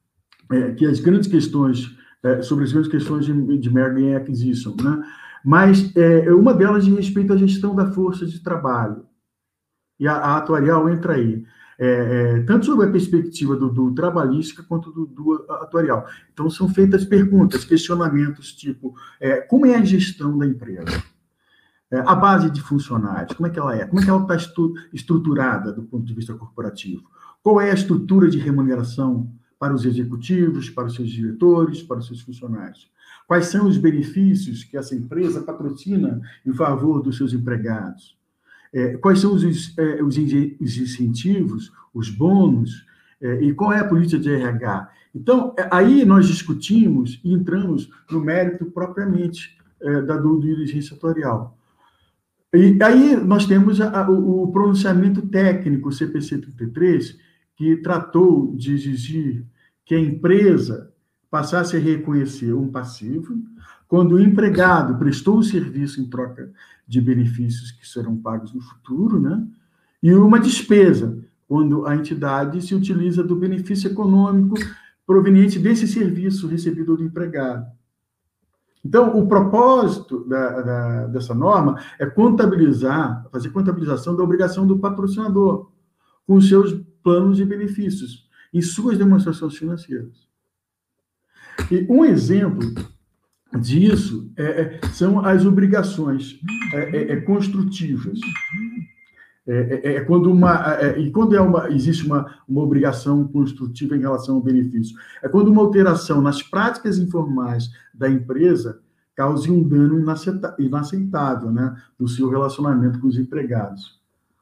é, que as grandes questões, é, sobre as grandes questões de, de merger and acquisition, né? Mas é, uma delas diz respeito à gestão da força de trabalho. E a, a atuarial entra aí. É, é, tanto sob a perspectiva do, do trabalhística quanto do, do atuarial. Então, são feitas perguntas, questionamentos, tipo, é, como é a gestão da empresa? É, a base de funcionários, como é que ela é? Como é que ela está estu estruturada do ponto de vista corporativo? Qual é a estrutura de remuneração para os executivos, para os seus diretores, para os seus funcionários? Quais são os benefícios que essa empresa patrocina em favor dos seus empregados? É, quais são os, é, os, os incentivos, os bônus, é, e qual é a política de R H? Então, aí nós discutimos e entramos no mérito propriamente é, da due diligência atuarial. E aí nós temos a, o, o pronunciamento técnico C P C trinta e três, que tratou de exigir que a empresa passasse a reconhecer um passivo quando o empregado prestou o serviço em troca de benefícios que serão pagos no futuro, né? E uma despesa, quando a entidade se utiliza do benefício econômico proveniente desse serviço recebido do empregado. Então, o propósito da, da, dessa norma é contabilizar, fazer contabilização da obrigação do patrocinador com os seus planos de benefícios em suas demonstrações financeiras. E um exemplo disso é, são as obrigações é, é, é construtivas. É, é, é quando uma é, e quando é uma, existe uma, uma obrigação construtiva em relação ao benefício. É quando uma alteração nas práticas informais da empresa cause um dano inaceitável, né, no seu relacionamento com os empregados.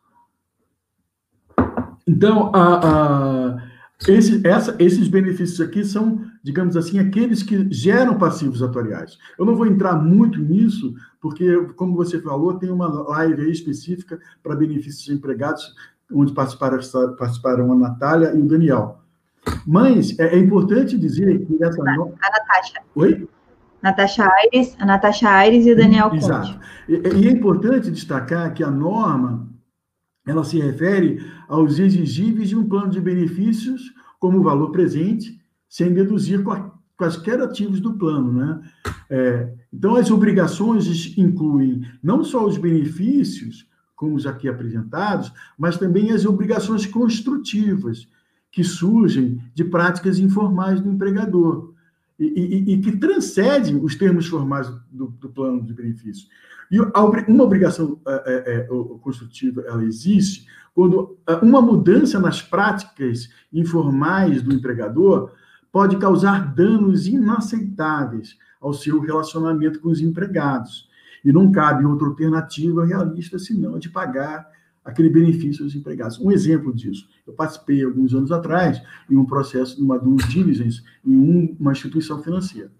Então, a, a, esse, essa, esses benefícios aqui são, digamos assim, aqueles que geram passivos atuariais. Eu não vou entrar muito nisso, porque, como você falou, tem uma live aí específica para benefícios de empregados, onde participaram, participaram a Natália e o Daniel. Mas é, é importante dizer que essa... A Natasha. Oi? Natasha Aires, a Natasha Aires e o Daniel Conte. Exato. E, e é importante destacar que a norma, ela se refere aos exigíveis de um plano de benefícios como valor presente, sem deduzir quaisquer ativos do plano, né? É, então, as obrigações incluem não só os benefícios, como os aqui apresentados, mas também as obrigações construtivas, que surgem de práticas informais do empregador, e, e, e que transcendem os termos formais do, do plano de benefício. E uma obrigação é, é, construtiva, ela existe quando uma mudança nas práticas informais do empregador pode causar danos inaceitáveis ao seu relacionamento com os empregados. E não cabe outra alternativa realista senão a de pagar aquele benefício aos empregados. Um exemplo disso, eu participei alguns anos atrás em um processo de uma due diligence em uma instituição financeira,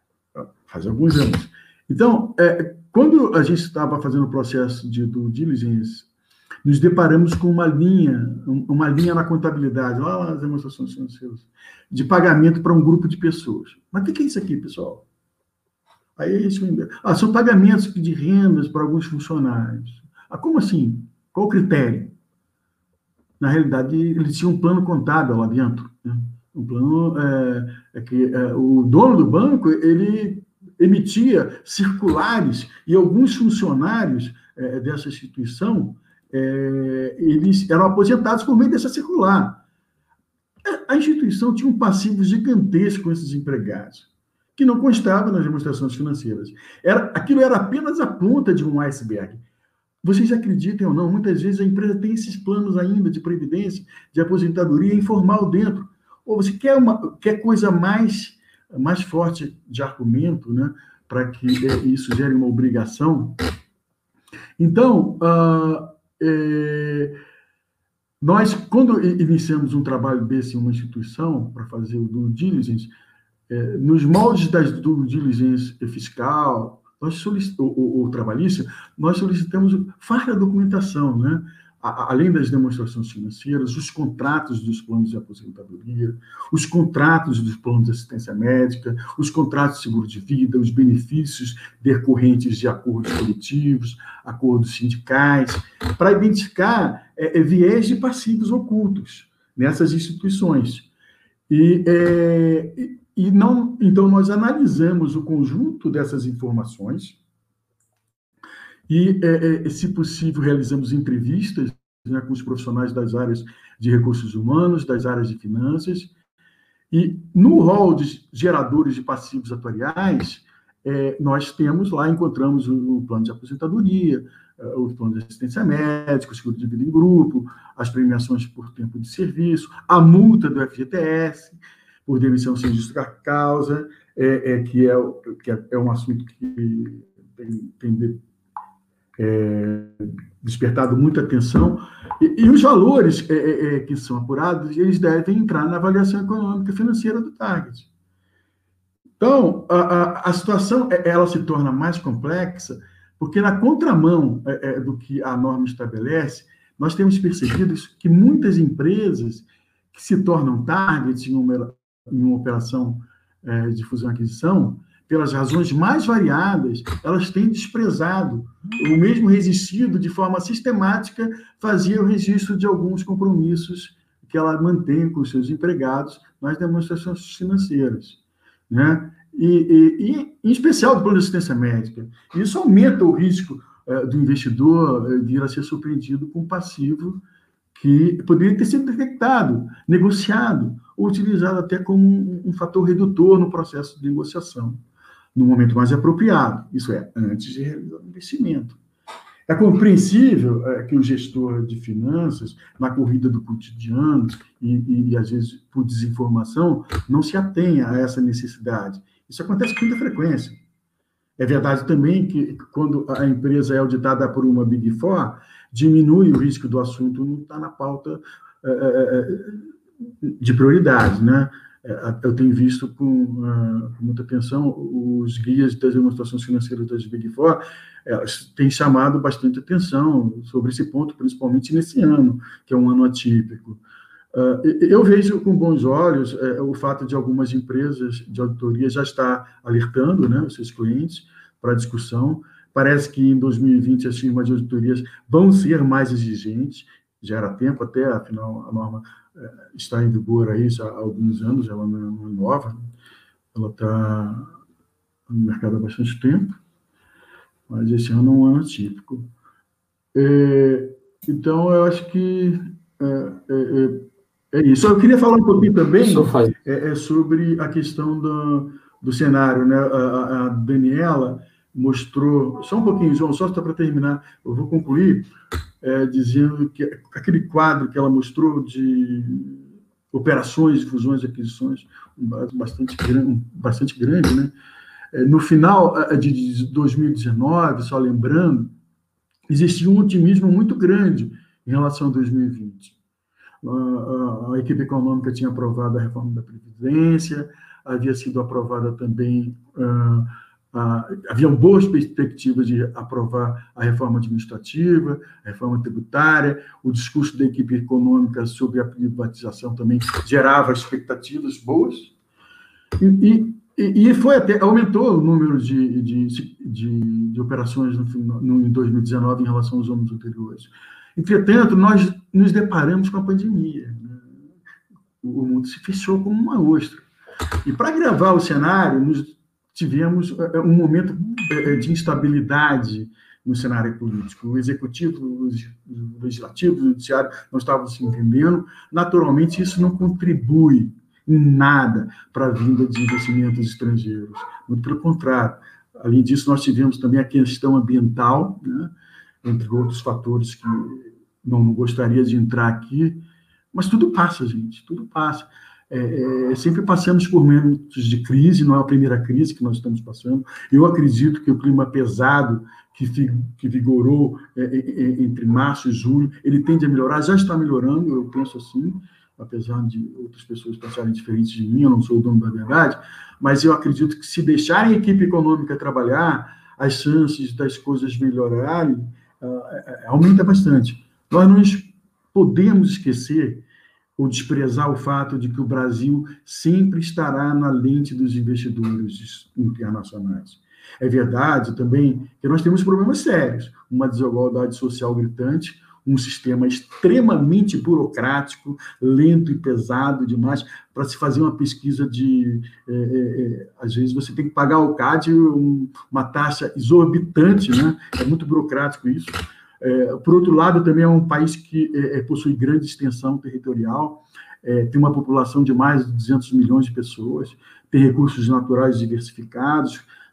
faz alguns anos. Então, é, quando a gente estava fazendo o processo de due diligence, nos deparamos com uma linha, uma linha na contabilidade, lá nas demonstrações financeiras, de pagamento para um grupo de pessoas. Mas o que é isso aqui, pessoal? Aí a gente ah, são pagamentos de rendas para alguns funcionários. Ah, como assim? Qual o critério? Na realidade, eles tinham um plano contábil lá dentro. Né? Um plano é, é que é, o dono do banco, ele emitia circulares e alguns funcionários é, dessa instituição, é, eles eram aposentados por meio dessa circular. A instituição tinha um passivo gigantesco com esses empregados, que não constava nas demonstrações financeiras. Era, aquilo era apenas a ponta de um iceberg. Vocês acreditem ou não, muitas vezes a empresa tem esses planos ainda de previdência, de aposentadoria informal dentro. Ou você quer, uma, quer coisa mais, mais forte de argumento, né, para que é, isso gere uma obrigação? Então, uh, é, nós, quando iniciamos um trabalho desse em uma instituição, para fazer o due diligence, é, nos moldes das due diligence fiscal, nós solicitamos, o, o trabalhista, nós solicitamos farta documentação, né? A, além das demonstrações financeiras, os contratos dos planos de aposentadoria, os contratos dos planos de assistência médica, os contratos de seguro de vida, os benefícios decorrentes de acordos coletivos, acordos sindicais, para identificar é, é, viés de passivos ocultos nessas instituições. E, é, e não, então, nós analisamos o conjunto dessas informações e, é, é, se possível, realizamos entrevistas, né, com os profissionais das áreas de recursos humanos, das áreas de finanças, e no rol de geradores de passivos atuariais, é, nós temos lá, encontramos o, o plano de aposentadoria, o plano de assistência médica, o seguro de vida em grupo, as premiações por tempo de serviço, a multa do F G T S, por demissão sem justa causa, é, é, que, é, que é, é um assunto que tem, tem é, despertado muita atenção, e, e os valores é, é, que são apurados, eles devem entrar na avaliação econômica e financeira do target. Então, a, a, a situação ela se torna mais complexa, porque na contramão é, é, do que a norma estabelece, nós temos percebido que muitas empresas que se tornam targets em uma, em uma operação é, de fusão e aquisição, pelas razões mais variadas, elas têm desprezado, ou mesmo resistido de forma sistemática, fazer o registro de alguns compromissos que ela mantém com os seus empregados nas demonstrações financeiras, né? E, e, e, em especial do plano de assistência médica. Isso aumenta o risco é, do investidor é, vir a ser surpreendido com um passivo que poderia ter sido detectado, negociado, ou utilizado até como um, um fator redutor no processo de negociação, no momento mais apropriado, isso é, antes de realizar o investimento. É compreensível é, que o gestor de finanças, na corrida do cotidiano, e, e, e às vezes por desinformação, não se atenha a essa necessidade. Isso acontece com muita frequência. É verdade também que, quando a empresa é auditada por uma Big Four, diminui o risco do assunto, não está na pauta é, de prioridade, né? Eu tenho visto com, uh, com muita atenção os guias das demonstrações financeiras das Big Four, elas têm chamado bastante atenção sobre esse ponto, principalmente nesse ano, que é um ano atípico. Uh, eu vejo com bons olhos uh, o fato de algumas empresas de auditoria já estar alertando, né, os seus clientes para a discussão. Parece que em dois mil e vinte as firmas de auditorias vão ser mais exigentes, já era tempo até, afinal, a norma uh, está em vigor aí já há alguns anos, ela não é nova, ela está no mercado há bastante tempo, mas esse ano é um ano atípico. É, então, eu acho que é, é, é isso. Eu queria falar um pouquinho também é, é sobre a questão do, do cenário, né? A, a Daniela mostrou... Só um pouquinho, João, só para terminar, eu vou concluir é, dizendo que aquele quadro que ela mostrou de operações, fusões e aquisições, bastante grande, bastante grande, né? No final de dois mil e dezenove, só lembrando, existia um otimismo muito grande em relação a dois mil e vinte. A, a equipe econômica tinha aprovado a reforma da Previdência, havia sido aprovada também, uh, uh, haviam boas perspectivas de aprovar a reforma administrativa, a reforma tributária, o discurso da equipe econômica sobre a privatização também gerava expectativas boas, e, e E, e foi até, aumentou o número de, de, de, de operações no, no, em dois mil e dezenove em relação aos anos anteriores. Entretanto, nós nos deparamos com a pandemia, né? O mundo se fechou como uma ostra. E para gravar o cenário, nós tivemos um momento de instabilidade no cenário político. O executivo, o legislativo, o judiciário não estavam se entendendo. Naturalmente, isso não contribui em nada para a vinda de investimentos estrangeiros. Muito pelo contrário. Além disso, nós tivemos também a questão ambiental, né? Entre outros fatores que não gostaria de entrar aqui, mas tudo passa, gente, tudo passa. É, é, sempre passamos por momentos de crise, não é a primeira crise que nós estamos passando. Eu acredito que o clima pesado que, que vigorou é, é, entre março e julho, ele tende a melhorar, já está melhorando, eu penso assim, apesar de outras pessoas pensarem diferentes de mim, eu não sou o dono da verdade, mas eu acredito que se deixarem a equipe econômica trabalhar, as chances das coisas melhorarem uh, aumenta bastante. Nós não podemos esquecer ou desprezar o fato de que o Brasil sempre estará na lente dos investidores internacionais. É verdade também que nós temos problemas sérios, uma desigualdade social gritante, um sistema extremamente burocrático, lento e pesado demais, para se fazer uma pesquisa de... É, é, às vezes você tem que pagar ao C A D um, uma taxa exorbitante, né? É muito burocrático isso. É, por outro lado, também é um país que é, possui grande extensão territorial, é, tem uma população de mais de duzentos milhões de pessoas, tem recursos naturais diversificados,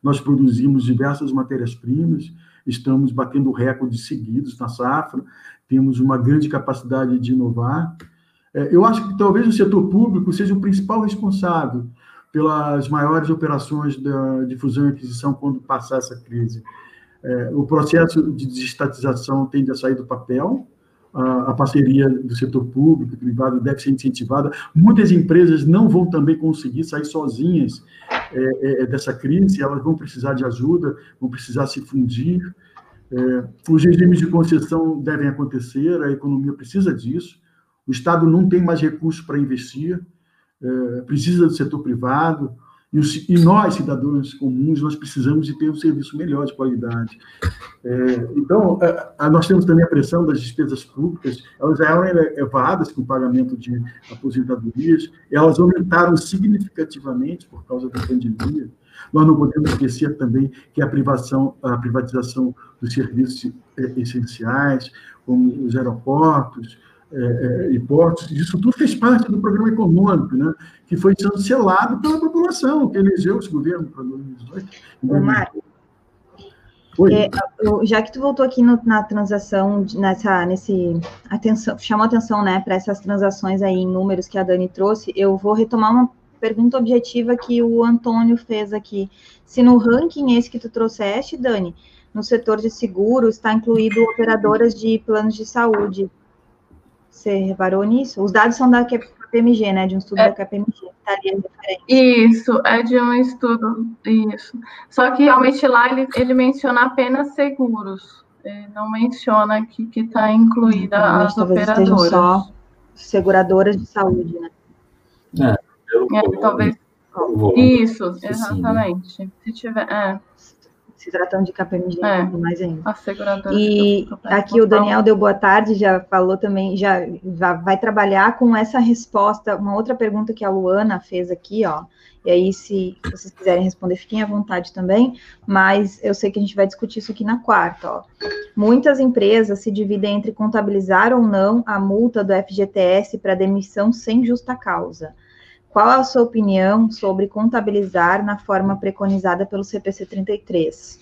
nós produzimos diversas matérias-primas, estamos batendo recordes seguidos na safra, temos uma grande capacidade de inovar. Eu acho que talvez o setor público seja o principal responsável pelas maiores operações de fusão e aquisição quando passar essa crise. O processo de desestatização tende a sair do papel, a parceria do setor público e privado deve ser incentivada. Muitas empresas não vão também conseguir sair sozinhas é, é, dessa crise, elas vão precisar de ajuda, vão precisar se fundir. É, os regimes de concessão devem acontecer, a economia precisa disso, o Estado não tem mais recursos para investir, é, precisa do setor privado, e, os, e nós, cidadãos comuns, nós precisamos de ter um serviço melhor de qualidade. É, então, a, a, nós temos também a pressão das despesas públicas, elas já eram elevadas com o pagamento de aposentadorias, elas aumentaram significativamente por causa da pandemia. Nós não podemos esquecer também que a, privação, a privatização dos serviços essenciais, como os aeroportos, É, é, e portos, isso tudo fez parte do programa econômico, né, que foi chancelado pela população, que elegeu esse governo para dois mil e dezoito. Ô, Mário, é, já que tu voltou aqui no, na transação, nessa, nesse, atenção, chamou atenção, né, para essas transações aí em números que a Dani trouxe, eu vou retomar uma pergunta objetiva que o Antônio fez aqui. Se no ranking esse que tu trouxeste, Dani, no setor de seguro está incluído operadoras de planos de saúde. Você reparou nisso? Os dados são da K P M G, né? De um estudo é, da K P M G. Tá ali a referência. Isso, é de um estudo, isso. Só que realmente lá ele, ele menciona apenas seguros. Ele não menciona que está incluída hum, as operadoras. Só seguradoras de saúde, né? É, eu, é talvez. Eu isso, exatamente. Sim. Se tiver. É. Se tratando de K P M G, é, mais ainda. A seguradora. E aqui o Daniel deu boa tarde, já falou também, já, já vai trabalhar com essa resposta, uma outra pergunta que a Luana fez aqui, ó, e aí se vocês quiserem responder, fiquem à vontade também, mas eu sei que a gente vai discutir isso aqui na quarta, ó. Muitas empresas se dividem entre contabilizar ou não a multa do F G T S para demissão sem justa causa. Qual a sua opinião sobre contabilizar na forma preconizada pelo C P C trinta e três?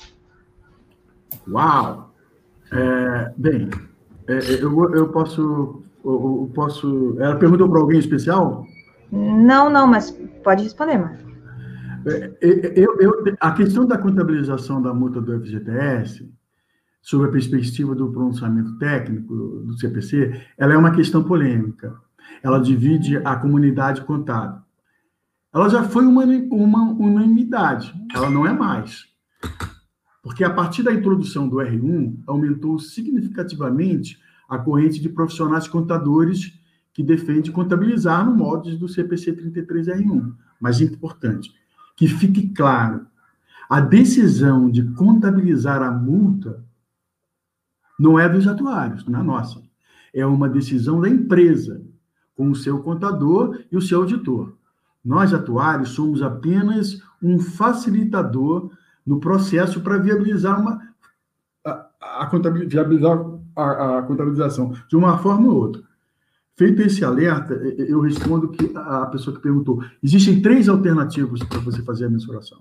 Uau! É, bem, é, eu, eu posso... Eu posso... Ela perguntou para alguém especial? Não, não, mas pode responder, Mário. É, eu, eu, a questão da contabilização da multa do F G T S, sob a perspectiva do pronunciamento técnico do C P C, ela é uma questão polêmica. Ela divide a comunidade contábil. Ela já foi uma, uma unanimidade, ela não é mais. Porque a partir da introdução do R um, aumentou significativamente a corrente de profissionais contadores que defende contabilizar no molde do C P C trinta e três R um. Mas importante, que fique claro, a decisão de contabilizar a multa não é dos atuários, não é nossa. É uma decisão da empresa, com o seu contador e o seu auditor. Nós, atuários, somos apenas um facilitador no processo para viabilizar, uma, a, a, viabilizar a, a contabilização de uma forma ou outra. Feito esse alerta, eu respondo que a pessoa que perguntou, existem três alternativas para você fazer a mensuração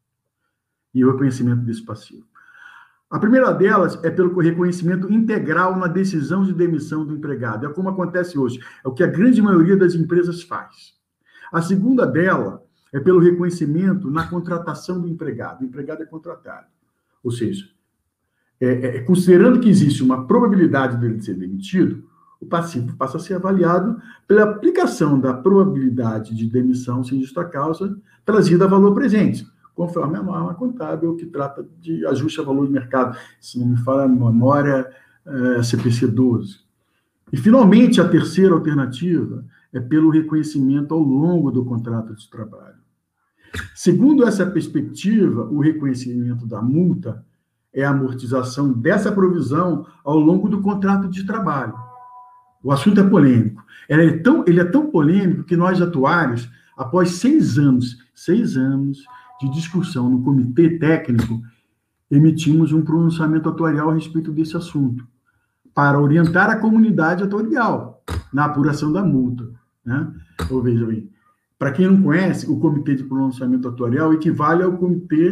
e o reconhecimento desse passivo. A primeira delas é pelo reconhecimento integral na decisão de demissão do empregado. É como acontece hoje. É o que a grande maioria das empresas faz. A segunda dela é pelo reconhecimento na contratação do empregado. O empregado é contratado. Ou seja, é, é, considerando que existe uma probabilidade dele ser demitido, o passivo passa a ser avaliado pela aplicação da probabilidade de demissão sem justa causa trazida a valor presente, conforme a norma contábil que trata de ajuste a valor de mercado, se não me falha a memória, é, C P C doze. E, finalmente, a terceira alternativa é pelo reconhecimento ao longo do contrato de trabalho. Segundo essa perspectiva, o reconhecimento da multa é a amortização dessa provisão ao longo do contrato de trabalho. O assunto é polêmico. Ele é tão, ele é tão polêmico que nós, atuários, após seis anos, seis anos de discussão no comitê técnico, emitimos um pronunciamento atuarial a respeito desse assunto, para orientar a comunidade atuarial na apuração da multa, né? Ou veja bem, para quem não conhece, o Comitê de Pronunciamento Atuarial equivale ao Comitê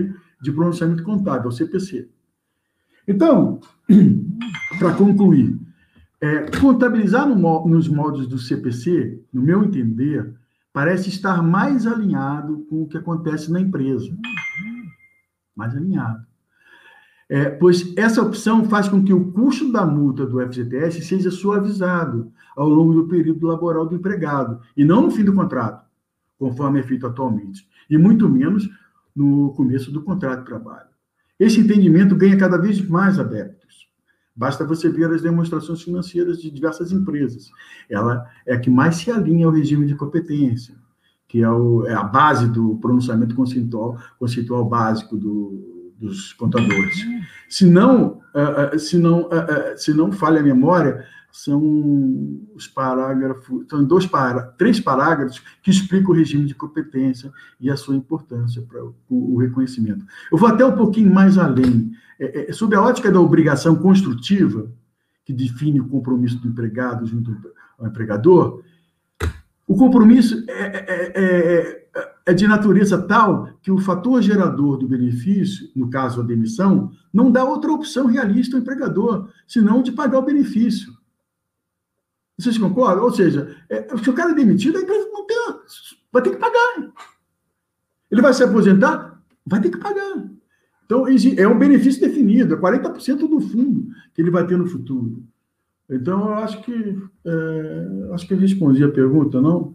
de pronunciamento contábil, o C P C. Então, para concluir, é, contabilizar no, nos moldes do C P C, no meu entender, parece estar mais alinhado com o que acontece na empresa. Mais alinhado. É, pois essa opção faz com que o custo da multa do F G T S seja suavizado ao longo do período laboral do empregado, e não no fim do contrato, conforme é feito atualmente, e muito menos no começo do contrato de trabalho. Esse entendimento ganha cada vez mais adeptos. Basta você ver as demonstrações financeiras de diversas empresas. Ela é a que mais se alinha ao regime de competência, que é, o, é a base do pronunciamento conceitual, conceitual básico do, dos contadores. Se não, uh, uh, se, não, uh, uh, se não falha a memória, são os parágrafos, são dois pará, três parágrafos que explicam o regime de competência e a sua importância para o, o reconhecimento. Eu vou até um pouquinho mais além. É, é, sob a ótica da obrigação construtiva, que define o compromisso do empregado junto ao empregador, o compromisso é, é, é, é de natureza tal que o fator gerador do benefício, no caso a demissão, não dá outra opção realista ao empregador, senão de pagar o benefício. Vocês concordam? Ou seja, é, se o cara é demitido, a empresa não tem, vai ter que pagar. Ele vai se aposentar? Vai ter que pagar. Então, é um benefício definido, é quarenta por cento do fundo que ele vai ter no futuro. Então, eu acho que, é, acho que eu respondi a pergunta, não?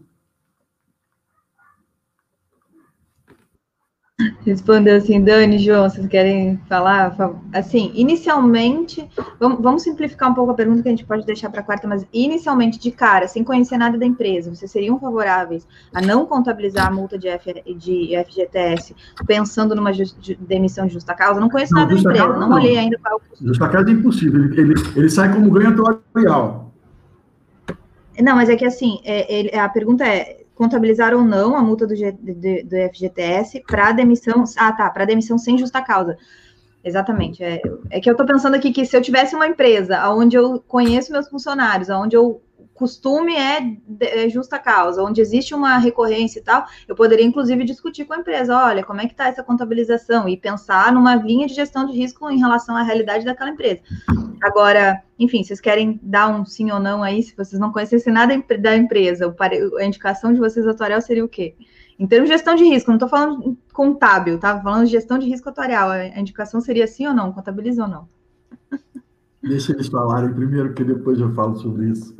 Respondeu assim, Dani, João, vocês querem falar? Assim, inicialmente, vamos, vamos simplificar um pouco a pergunta que a gente pode deixar para a quarta, mas inicialmente, de cara, sem conhecer nada da empresa, vocês seriam favoráveis a não contabilizar a multa de, F, de F G T S pensando numa just, demissão de justa causa? Não conheço não, nada da empresa, causa, não, não olhei ainda qual é o custo. Justa causa é impossível, ele, ele, ele sai como ganho atuarial. Não, mas é que assim, é, ele, a pergunta é, contabilizar ou não a multa do, G, do, do F G T S para demissão, ah tá, para demissão sem justa causa. Exatamente, é, é que eu estou pensando aqui que se eu tivesse uma empresa onde eu conheço meus funcionários, onde eu costume é, é justa causa, onde existe uma recorrência e tal, eu poderia, inclusive, discutir com a empresa, olha, como é que está essa contabilização, e pensar numa linha de gestão de risco em relação à realidade daquela empresa. Agora, enfim, vocês querem dar um sim ou não aí, se vocês não conhecessem nada da empresa, a indicação de vocês atuarial seria o quê? Em termos de gestão de risco, não estou falando contábil, tá? Falando de gestão de risco atuarial, a indicação seria sim ou não, contabiliza ou não? Deixa eles falarem primeiro, que depois eu falo sobre isso.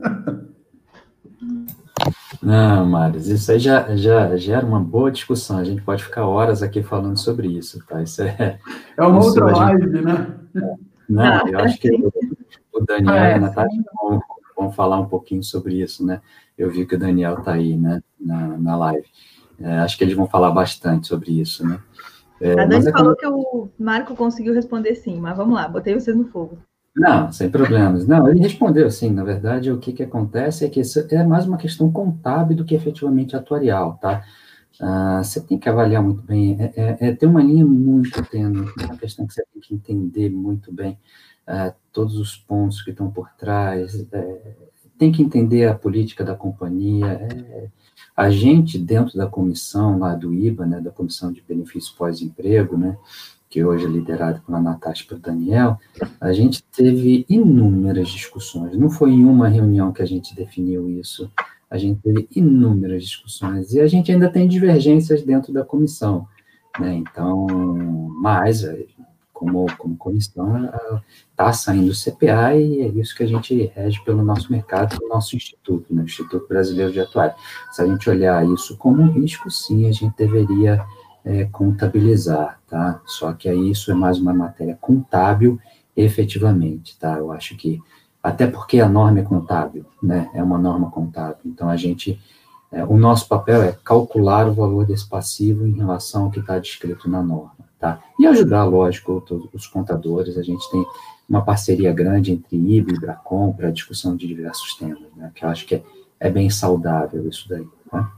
Não, Maris, isso aí já, já gera uma boa discussão. A gente pode ficar horas aqui falando sobre isso, tá? Isso é, é uma isso outra live, gente... né? Não, eu acho que o Daniel e a Natália vão, vão falar um pouquinho sobre isso, né? Eu vi que o Daniel está aí, né, na, na live. É, acho que eles vão falar bastante sobre isso, né? É, a Dani é falou como... que o Marco conseguiu responder sim, mas vamos lá, botei vocês no fogo. Não, sem problemas. Não, ele respondeu assim, na verdade, o que, que acontece é que isso é mais uma questão contábil do que efetivamente atuarial, tá? Ah, você tem que avaliar muito bem, é, é, é, tem uma linha muito tênue, uma questão que você tem que entender muito bem, é, todos os pontos que estão por trás, é, tem que entender a política da companhia, é, a gente dentro da comissão lá do I B A, né, da Comissão de Benefícios Pós-Emprego, né, que hoje é liderado pela Natasha e pelo Daniel, a gente teve inúmeras discussões, não foi em uma reunião que a gente definiu isso, a gente teve inúmeras discussões, e a gente ainda tem divergências dentro da comissão, né, então, mas, como, como comissão, está saindo o C P A, e é isso que a gente rege pelo nosso mercado, pelo nosso instituto, né, Instituto Brasileiro de Atuário. Se a gente olhar isso como um risco, sim, a gente deveria É, contabilizar, tá? Só que aí isso é mais uma matéria contábil, efetivamente, tá? Eu acho que, até porque a norma é contábil, né? É uma norma contábil, então a gente, é, o nosso papel é calcular o valor desse passivo em relação ao que está descrito na norma, tá? E ajudar, lógico, todos os contadores, a gente tem uma parceria grande entre I B A e Bracom para a discussão de diversos temas, né? Que eu acho que é, é bem saudável isso daí, tá?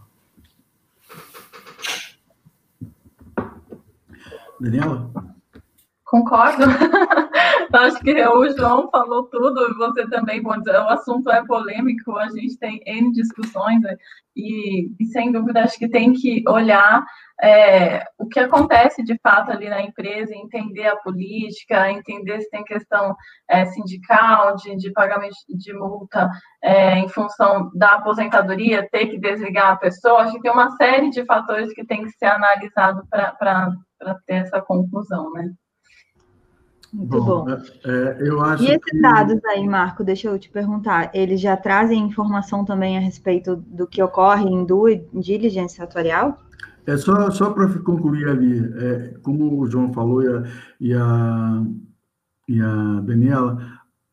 Daniela? Concordo. acho que o João falou tudo, você também pode dizer, o assunto é polêmico, a gente tem N discussões, né? e, e sem dúvida acho que tem que olhar é, o que acontece de fato ali na empresa, entender a política, entender se tem questão é, sindical, de, de pagamento de multa é, em função da aposentadoria, ter que desligar a pessoa. Acho que tem uma série de fatores que tem que ser analisado para ter essa conclusão, né? Muito bom. bom. É, eu acho e esses que... dados aí, Marco, deixa eu te perguntar, eles já trazem informação também a respeito do que ocorre em due diligence atuarial? É só, só para concluir ali, é, como o João falou e a, e a, e a Daniela,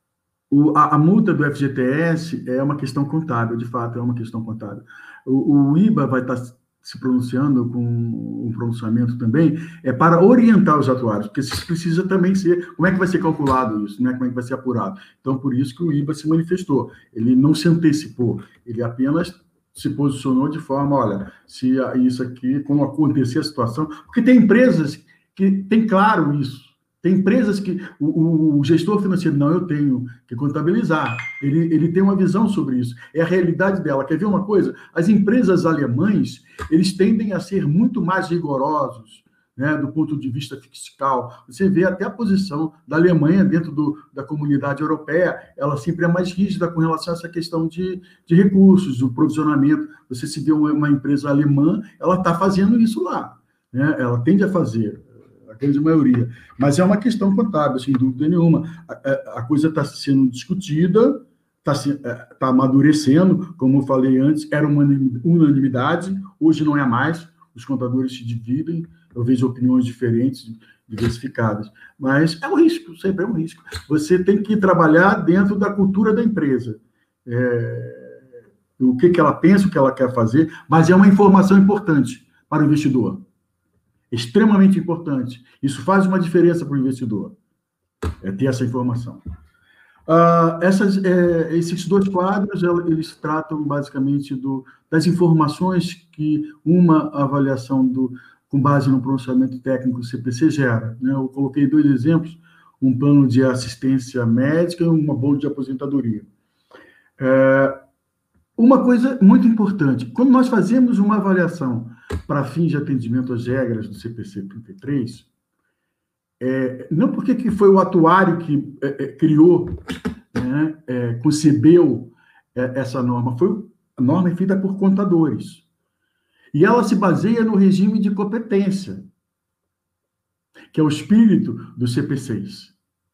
o, a, a multa do F G T S é uma questão contábil, de fato, é uma questão contábil. O, o I B A vai estar se pronunciando com um pronunciamento também, é para orientar os atuários, porque isso precisa também ser, como é que vai ser calculado isso, né? Como é que vai ser apurado. Então, por isso que o I B A se manifestou. Ele não se antecipou, ele apenas se posicionou de forma, olha, se isso aqui, como acontecer a situação, porque tem empresas que tem claro isso, tem empresas que o, o gestor financeiro, não, eu tenho que contabilizar, ele, ele tem uma visão sobre isso, é a realidade dela. Quer ver uma coisa? As empresas alemães, eles tendem a ser muito mais rigorosos, né, do ponto de vista fiscal. Você vê até a posição da Alemanha dentro do, da comunidade europeia, ela sempre é mais rígida com relação a essa questão de, de recursos, do provisionamento. Você se vê uma, uma empresa alemã, ela está fazendo isso lá, né? Ela tende a fazer, a grande maioria. Mas é uma questão contábil, sem dúvida nenhuma. A, a coisa está sendo discutida, está tá amadurecendo, como eu falei antes, era uma unanimidade, hoje não é mais, os contadores se dividem, eu vejo opiniões diferentes, diversificadas, mas é um risco, sempre é um risco. Você tem que trabalhar dentro da cultura da empresa, é, o que, que ela pensa, o que ela quer fazer, mas é uma informação importante para o investidor, extremamente importante. Isso faz uma diferença para o investidor, é ter essa informação. Uh, essas, é, esses dois quadros, eles tratam basicamente do, das informações que uma avaliação do com base no pronunciamento técnico C P C gera, né? Eu coloquei dois exemplos, um plano de assistência médica e uma bônus de aposentadoria. É, uma coisa muito importante, quando nós fazemos uma avaliação para fins de atendimento às regras do C P C trinta e três, é, não porque que foi o atuário que é, é, criou, né, é, concebeu é, essa norma, foi, a norma é feita por contadores. E ela se baseia no regime de competência, que é o espírito do C P seis.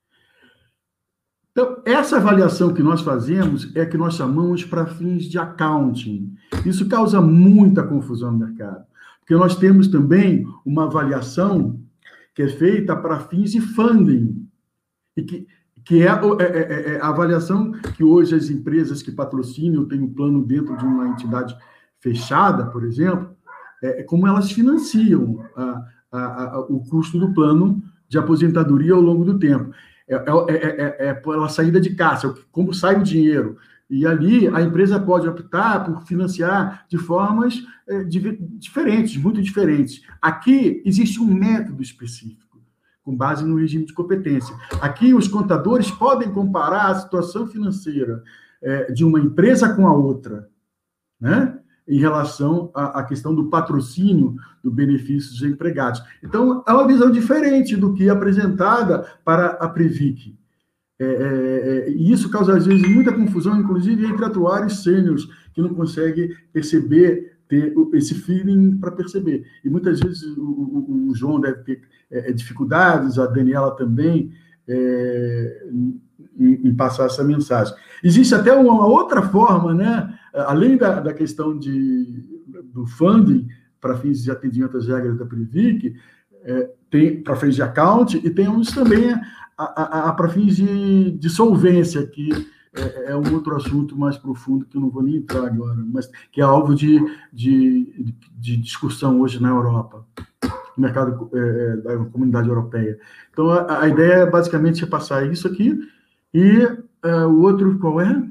Então, essa avaliação que nós fazemos é que nós chamamos para fins de accounting. Isso causa muita confusão no mercado, porque nós temos também uma avaliação que é feita para fins de funding, e que, que é, é, é a avaliação que hoje as empresas que patrocinam têm um plano dentro de uma entidade fechada, por exemplo, é como elas financiam a, a, a, o custo do plano de aposentadoria ao longo do tempo. É, é, é, é pela saída de caixa, como sai o dinheiro. E ali a empresa pode optar por financiar de formas é, de, diferentes, muito diferentes. Aqui existe um método específico, com base no regime de competência. Aqui os contadores podem comparar a situação financeira é, de uma empresa com a outra, né? Em relação à, à questão do patrocínio do benefício dos empregados. Então, é uma visão diferente do que é apresentada para a Previc. É, é, e isso causa, às vezes, muita confusão, inclusive entre atuários sêniores, que não conseguem perceber, ter esse feeling para perceber. E muitas vezes o, o, o João deve ter é, dificuldades, a Daniela também, é, em, em passar essa mensagem. Existe até uma outra forma, né? Além da, da questão de, do funding para fins de atendimento às regras da Previc, é, tem para fins de account, e tem uns também a, a, a, para fins de, de solvência, que é, é um outro assunto mais profundo que eu não vou nem entrar agora, mas que é alvo de, de, de discussão hoje na Europa, no mercado é, da comunidade europeia. Então, a, a ideia é basicamente repassar isso aqui, e é, o outro qual é?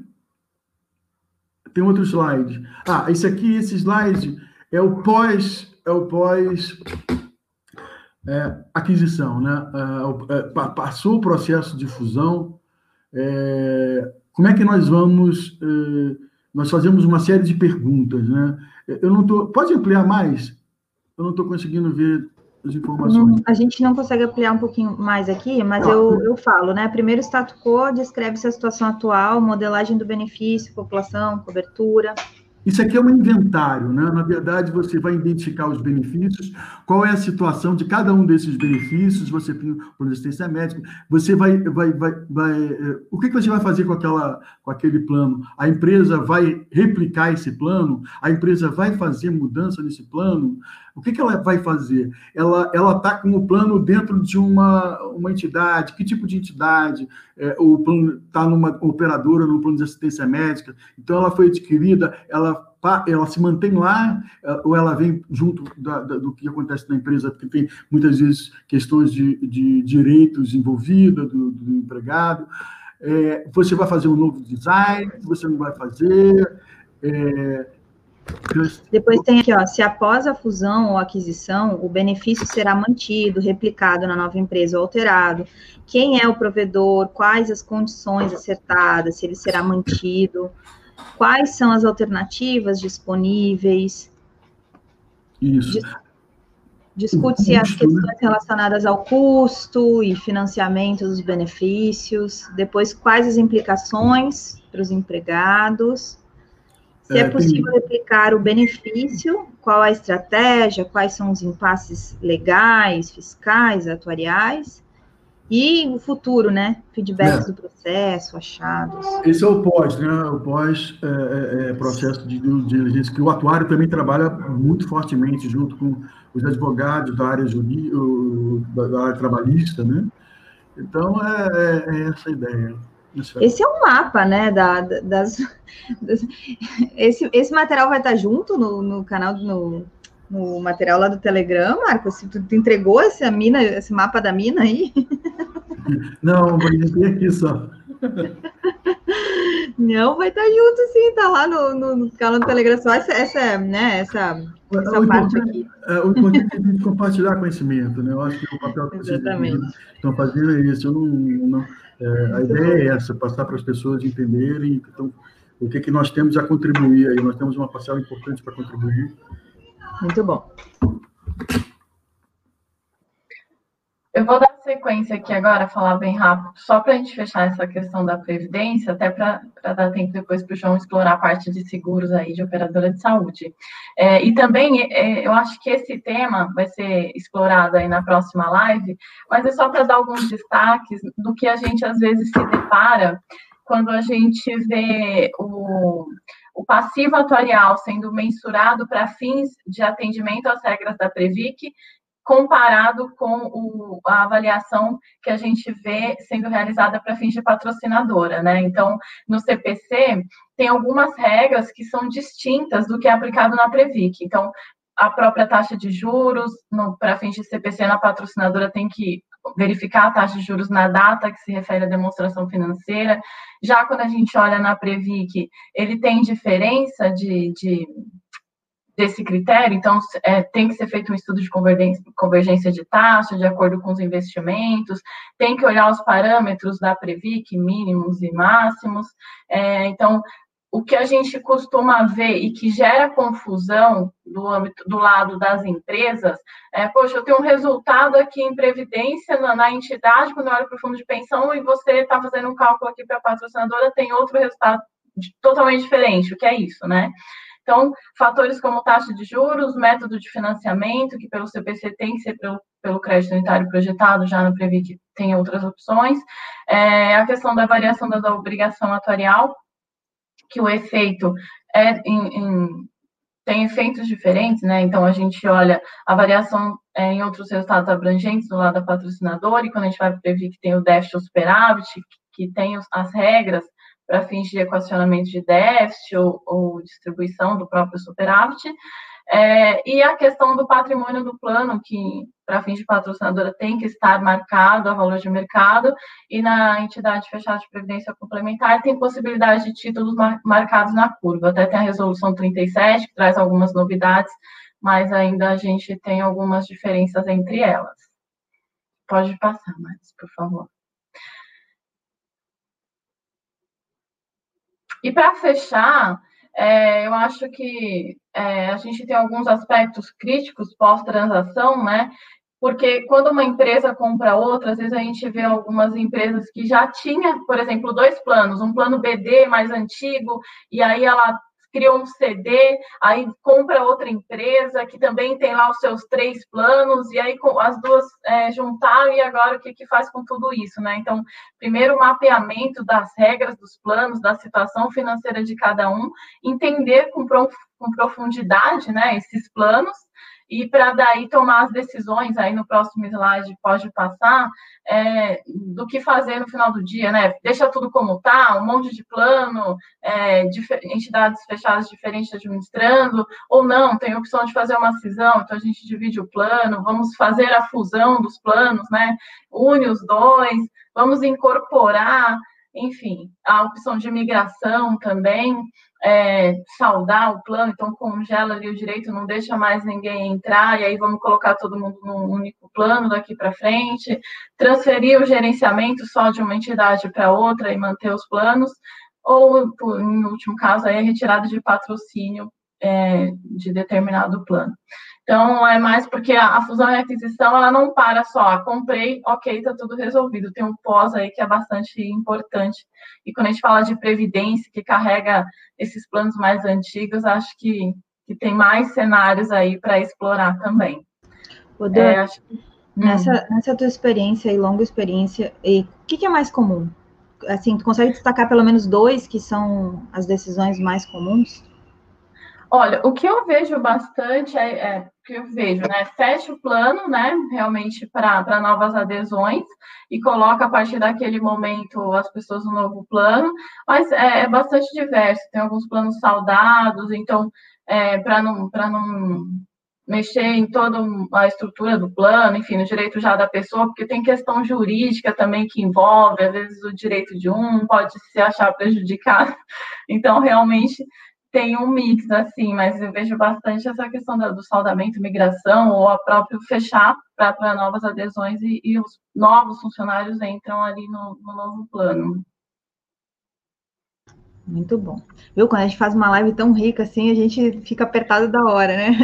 Tem outro slide. Ah, esse aqui, esse slide é o pós, é o pós é, aquisição, né? É, passou o processo de fusão, é, como é que nós vamos... É, nós fazemos uma série de perguntas, né? Eu não tô... Pode ampliar mais? Eu não estou conseguindo ver as informações. Não, a gente não consegue ampliar um pouquinho mais aqui, mas eu, eu falo, né? Primeiro, status quo, descreve-se a situação atual, modelagem do benefício, população, cobertura. Isso aqui é um inventário, né? Na verdade, você vai identificar os benefícios, qual é a situação de cada um desses benefícios, você tem por assistência médica, você vai, vai, vai, vai o que, que você vai fazer com, aquela, com aquele plano? A empresa vai replicar esse plano? A empresa vai fazer mudança nesse plano? O que, que ela vai fazer? Ela está com o plano dentro de uma, uma entidade, que tipo de entidade? É, o plano está numa operadora, num plano de assistência médica, então ela foi adquirida, ela ela se mantém lá, ou ela vem junto da, da, do que acontece na empresa, porque tem muitas vezes questões de, de direitos envolvidas do, do empregado. É, você vai fazer um novo design, você não vai fazer. É, Depois tem aqui, ó, se após a fusão ou aquisição, o benefício será mantido, replicado na nova empresa ou alterado, quem é o provedor, quais as condições acertadas, se ele será mantido, quais são as alternativas disponíveis. Isso. Discute-se as questões relacionadas ao custo e financiamento dos benefícios. Depois, quais as implicações para os empregados. Se é, é possível tem... replicar o benefício, qual a estratégia, quais são os impasses legais, fiscais, atuariais. E o futuro, né? Feedbacks é. do processo, achados. Esse é o pós, né? O pós é, é, processo de diligência, que o atuário também trabalha muito fortemente junto com os advogados da área jurídica, da área trabalhista, né? Então, é, é essa a ideia. Esse é um mapa, né? Da, das, das, esse, esse material vai estar junto no, no canal, no, no material lá do Telegram, Marcos? Tu, tu entregou essa mina, esse mapa da mina aí? Não, vai ter aqui só. Não, vai estar junto sim, tá lá no, no, no canal do Telegram, só essa, essa, né, essa, essa o parte aqui. É, o importante é a gente compartilhar conhecimento, né? Eu acho que o papel que vocês estão fazendo é esse. Eu não, não, é, a ideia é essa, passar para as pessoas entenderem então, o que, que nós temos a contribuir aí. Nós temos uma parcela importante para contribuir. Muito bom. Eu vou dar sequência aqui agora, falar bem rápido, só para a gente fechar essa questão da Previdência, até para dar tempo depois para o João explorar a parte de seguros aí de operadora de saúde. É, e também, é, eu acho que esse tema vai ser explorado aí na próxima live, mas é só para dar alguns destaques do que a gente às vezes se depara quando a gente vê o, o passivo atuarial sendo mensurado para fins de atendimento às regras da Previc, comparado com o, a avaliação que a gente vê sendo realizada para fins de patrocinadora, né? Então, no C P C, tem algumas regras que são distintas do que é aplicado na Previc. Então, a própria taxa de juros, para fins de C P C na patrocinadora, tem que verificar a taxa de juros na data que se refere à demonstração financeira. Já quando a gente olha na Previc, ele tem diferença de... de desse critério, então é, tem que ser feito um estudo de convergência, convergência de taxa, de acordo com os investimentos, tem que olhar os parâmetros da Previc, mínimos e máximos, é, então, o que a gente costuma ver e que gera confusão do, âmbito, do lado das empresas, é, poxa, eu tenho um resultado aqui em Previdência na, na entidade, quando eu olho para o fundo de pensão, e você está fazendo um cálculo aqui para a patrocinadora, tem outro resultado totalmente diferente, o que é isso, né? Então, fatores como taxa de juros, método de financiamento, que pelo C P C tem que ser pelo, pelo crédito unitário projetado, já no Previc tem outras opções. É, a questão da variação da obrigação atuarial, que o efeito é em, em, tem efeitos diferentes, né? Então, a gente olha a variação é, em outros resultados abrangentes do lado da patrocinadora, e quando a gente vai para o Previc tem o déficit ou superávit, que, que tem os, as regras para fins de equacionamento de déficit ou, ou distribuição do próprio superávit, é, e a questão do patrimônio do plano, que para fins de patrocinadora tem que estar marcado a valor de mercado, e na entidade fechada de previdência complementar tem possibilidade de títulos mar, marcados na curva, até tem a resolução trinta e sete, que traz algumas novidades, mas ainda a gente tem algumas diferenças entre elas. Pode passar, Maris, por favor. E para fechar, é, eu acho que é, a gente tem alguns aspectos críticos pós-transação, né? Porque quando uma empresa compra outra, às vezes a gente vê algumas empresas que já tinha, por exemplo, dois planos, um plano B D mais antigo, e aí ela criou um C D, aí compra outra empresa que também tem lá os seus três planos, e aí as duas é, juntaram, e agora o que, que faz com tudo isso, né? Então, primeiro o mapeamento das regras dos planos, da situação financeira de cada um, entender com, com profundidade, né, esses planos, e para daí tomar as decisões, aí no próximo slide pode passar, é, do que fazer no final do dia, né? Deixa tudo como está, um monte de plano, é, entidades fechadas diferentes administrando, ou não, tem a opção de fazer uma cisão, então a gente divide o plano, vamos fazer a fusão dos planos, né? Une os dois, vamos incorporar, enfim, a opção de migração também, é, saldar o plano, então congela ali o direito, não deixa mais ninguém entrar, e aí vamos colocar todo mundo num único plano daqui para frente, transferir o gerenciamento só de uma entidade para outra e manter os planos, ou, no último caso, aí, a retirada de patrocínio é, de determinado plano. Então, é mais porque a, a fusão e a aquisição, ela não para só, comprei, ok, está tudo resolvido. Tem um pós aí que é bastante importante. E quando a gente fala de previdência, que carrega esses planos mais antigos, acho que, que tem mais cenários aí para explorar também. Ô, Dan, é, acho... nessa, hum. nessa tua experiência e longa experiência, e o que, que é mais comum? Assim, tu consegue destacar pelo menos dois que são as decisões mais comuns? Olha, o que eu vejo bastante é, é que eu vejo, né? Fecha o plano, né? Realmente para novas adesões e coloca a partir daquele momento as pessoas no novo plano, mas é, é bastante diverso. Tem alguns planos saudados, então é, para não para não mexer em toda a estrutura do plano, enfim, no direito já da pessoa, porque tem questão jurídica também que envolve, às vezes o direito de um pode se achar prejudicado. Então, realmente tem um mix, assim, mas eu vejo bastante essa questão do saldamento, migração, ou a próprio fechar para novas adesões e, e os novos funcionários entram ali no, no novo plano. Muito bom. Viu? Quando a gente faz uma live tão rica assim, a gente fica apertado da hora, né?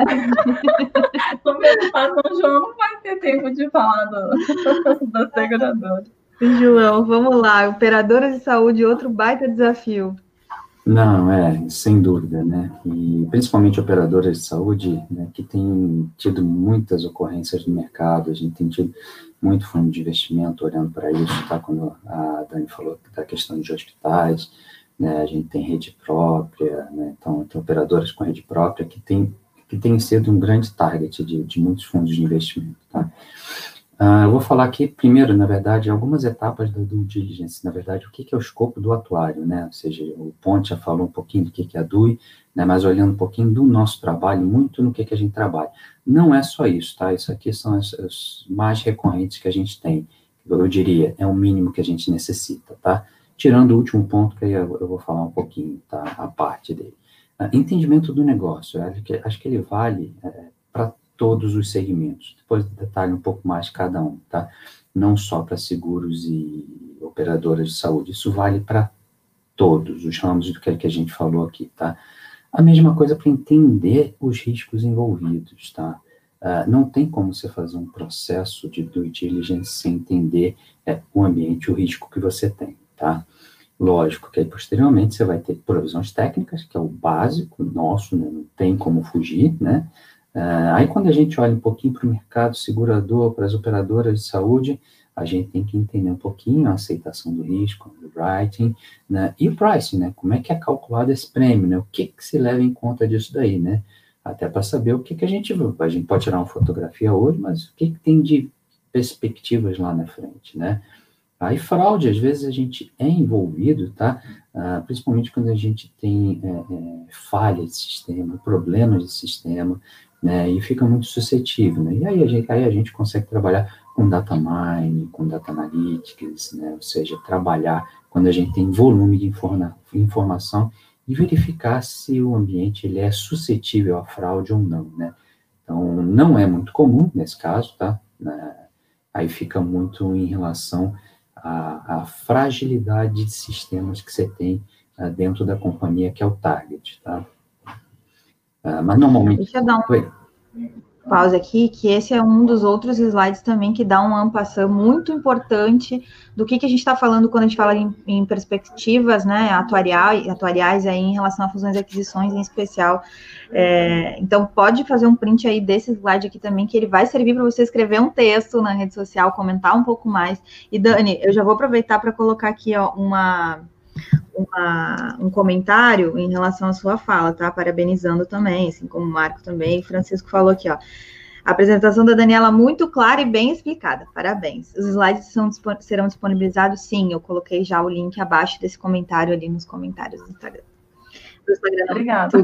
É. Como eu faço o João, não vai ter tempo de falar do, do segurador. João, vamos lá. Operadoras de saúde, outro baita desafio. Não, é, sem dúvida, né? E principalmente operadoras de saúde, né, que têm tido muitas ocorrências no mercado, a gente tem tido muito fundo de investimento olhando para isso, tá? Quando a Dani falou da questão de hospitais, né, a gente tem rede própria, né? Então tem operadoras com rede própria que tem, que tem sido um grande target de, de muitos fundos de investimento, tá? Uh, eu vou falar aqui, primeiro, na verdade, algumas etapas da due diligence, na verdade, o que, que é o escopo do atuário, né, ou seja, o Ponte já falou um pouquinho do que, que é a D U I, né, mas olhando um pouquinho do nosso trabalho, muito no que, que a gente trabalha. Não é só isso, tá, isso aqui são as, as mais recorrentes que a gente tem, eu diria, é o mínimo que a gente necessita, tá, tirando o último ponto, que aí eu, eu vou falar um pouquinho, tá, a parte dele. Uh, entendimento do negócio, acho que, acho que ele vale é, para todos os segmentos, depois detalhe um pouco mais cada um, tá? Não só para seguros e operadoras de saúde, isso vale para todos os ramos do que a gente falou aqui, tá? A mesma coisa para entender os riscos envolvidos, tá? Uh, não tem como você fazer um processo de due diligence sem entender é, o ambiente, o risco que você tem, tá? Lógico que aí, posteriormente, você vai ter provisões técnicas, que é o básico nosso, né? Não tem como fugir, né? Uh, aí, quando a gente olha um pouquinho para o mercado segurador, para as operadoras de saúde, a gente tem que entender um pouquinho a aceitação do risco, o underwriting, né, e o pricing, né, como é que é calculado esse prêmio, né, o que, que se leva em conta disso daí, né, até para saber o que, que a gente, a gente pode tirar uma fotografia hoje, mas o que, que tem de perspectivas lá na frente, né. Aí, fraude, às vezes a gente é envolvido, tá, uh, principalmente quando a gente tem é, é, falha de sistema, problemas de sistema, né, e fica muito suscetível, né, e aí a gente, aí a gente consegue trabalhar com data mining, com data analytics, né, ou seja, trabalhar quando a gente tem volume de informa, informação e verificar se o ambiente ele é suscetível à fraude ou não, né, então não é muito comum nesse caso, tá, né, aí fica muito em relação à, à fragilidade de sistemas que você tem uh, dentro da companhia, que é o target, tá? Uh, mas normalmente... Deixa eu dar um... Oi. Pausa aqui, que esse é um dos outros slides também que dá um ampassão muito importante do que, que a gente está falando quando a gente fala em, em perspectivas, né, atuariais, atuariais aí em relação a fusões e aquisições em especial. É, então, pode fazer um print aí desse slide aqui também, que ele vai servir para você escrever um texto na rede social, comentar um pouco mais. E, Dani, eu já vou aproveitar para colocar aqui, ó, uma... Uma, um comentário em relação à sua fala, tá? Parabenizando também, assim como o Marco também, e Francisco falou aqui, ó. A apresentação da Daniela muito clara e bem explicada, parabéns. Os slides são, serão disponibilizados? Sim, eu coloquei já o link abaixo desse comentário ali nos comentários do Instagram. Do Instagram Obrigada.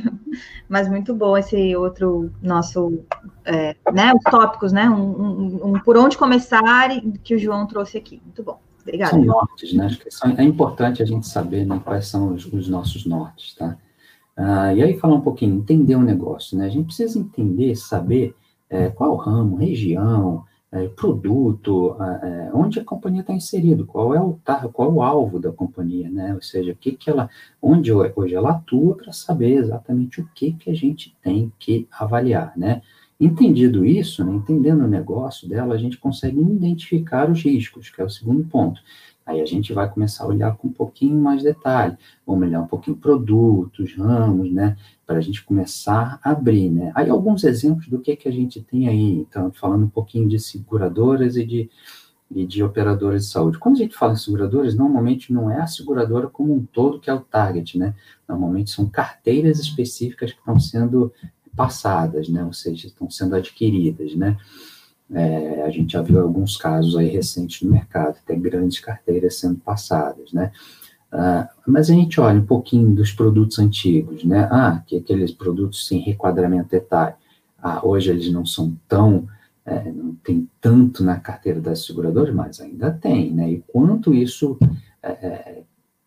Mas muito bom esse outro nosso, é, né, os tópicos, né? Um, um, um por onde começar que o João trouxe aqui. Muito bom. Obrigada. São nortes, né? Acho que são, é importante a gente saber, né, quais são os, os nossos nortes, tá? Ah, e aí falar um pouquinho, entender o negócio, né? A gente precisa entender, saber é, qual ramo, região, é, produto, é, onde a companhia está inserida, qual é o qual é o alvo da companhia, né? Ou seja, o que que ela, onde hoje ela atua, para saber exatamente o que que a gente tem que avaliar, né? Entendido isso, né, entendendo o negócio dela, a gente consegue identificar os riscos, que é o segundo ponto. Aí a gente vai começar a olhar com um pouquinho mais detalhe, vamos olhar um pouquinho produtos, ramos, né, para a gente começar a abrir, né. Aí alguns exemplos do que que a gente tem aí, então, falando um pouquinho de seguradoras e de, e de operadoras de saúde. Quando a gente fala em seguradoras, normalmente não é a seguradora como um todo que é o target, né, normalmente são carteiras específicas que estão sendo passadas, né, ou seja, estão sendo adquiridas, né, é, a gente já viu alguns casos aí recentes no mercado, até grandes carteiras sendo passadas, né, ah, mas a gente olha um pouquinho dos produtos antigos, né, ah, que aqueles produtos sem requadramento etário, ah, hoje eles não são tão, é, não tem tanto na carteira das seguradoras, mas ainda tem, né, e quanto isso é,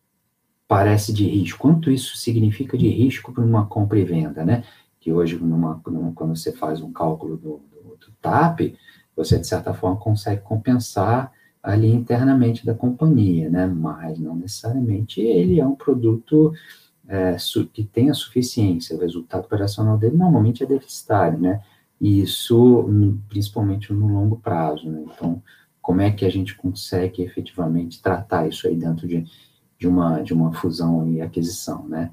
parece de risco, quanto isso significa de risco para uma compra e venda, né, que hoje, numa, numa, quando você faz um cálculo do, do, do T A P, você, de certa forma, consegue compensar ali internamente da companhia, né? Mas não necessariamente ele é um produto é, su, que tenha suficiência, o resultado operacional dele normalmente é deficitário, né? E isso, principalmente no longo prazo, né? Então, como é que a gente consegue efetivamente tratar isso aí dentro de, de, uma, de uma fusão e aquisição, né?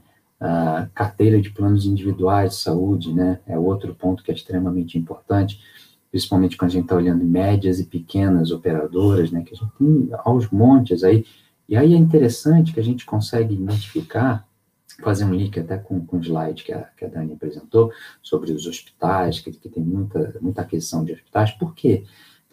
A carteira de planos individuais de saúde, né, é outro ponto que é extremamente importante, principalmente quando a gente está olhando médias e pequenas operadoras, né, que a gente tem aos montes aí, e aí é interessante que a gente consegue identificar, fazer um link até com, com o slide que a, que a Dani apresentou, sobre os hospitais, que, que tem muita, muita aquisição de hospitais. Por quê?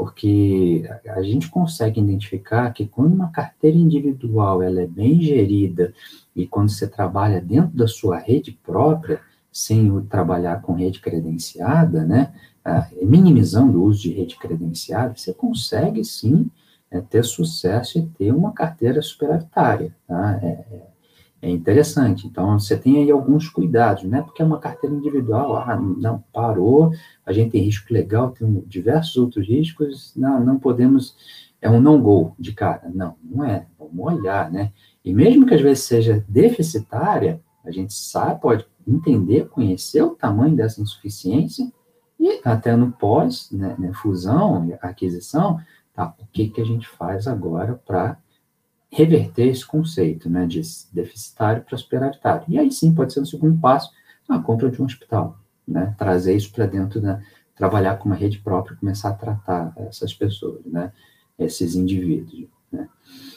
Porque a gente consegue identificar que quando uma carteira individual ela é bem gerida e quando você trabalha dentro da sua rede própria, sem o trabalhar com rede credenciada, né, minimizando o uso de rede credenciada, você consegue sim é, ter sucesso e ter uma carteira superavitária, tá? É, é interessante. Então, você tem aí alguns cuidados, né? Porque é uma carteira individual, ah, não, parou, a gente tem risco legal, tem diversos outros riscos, não, não podemos, é um no-go de cara. Não, não é, vamos olhar, né? E mesmo que às vezes seja deficitária, a gente sabe, pode entender, conhecer o tamanho dessa insuficiência e até no pós, né, né, fusão, aquisição, tá? O que que a gente faz agora para reverter esse conceito, né, de deficitário para superavitário. E aí sim, pode ser o segundo passo, a compra de um hospital, né, trazer isso para dentro da, trabalhar com uma rede própria, começar a tratar essas pessoas, né, esses indivíduos, né.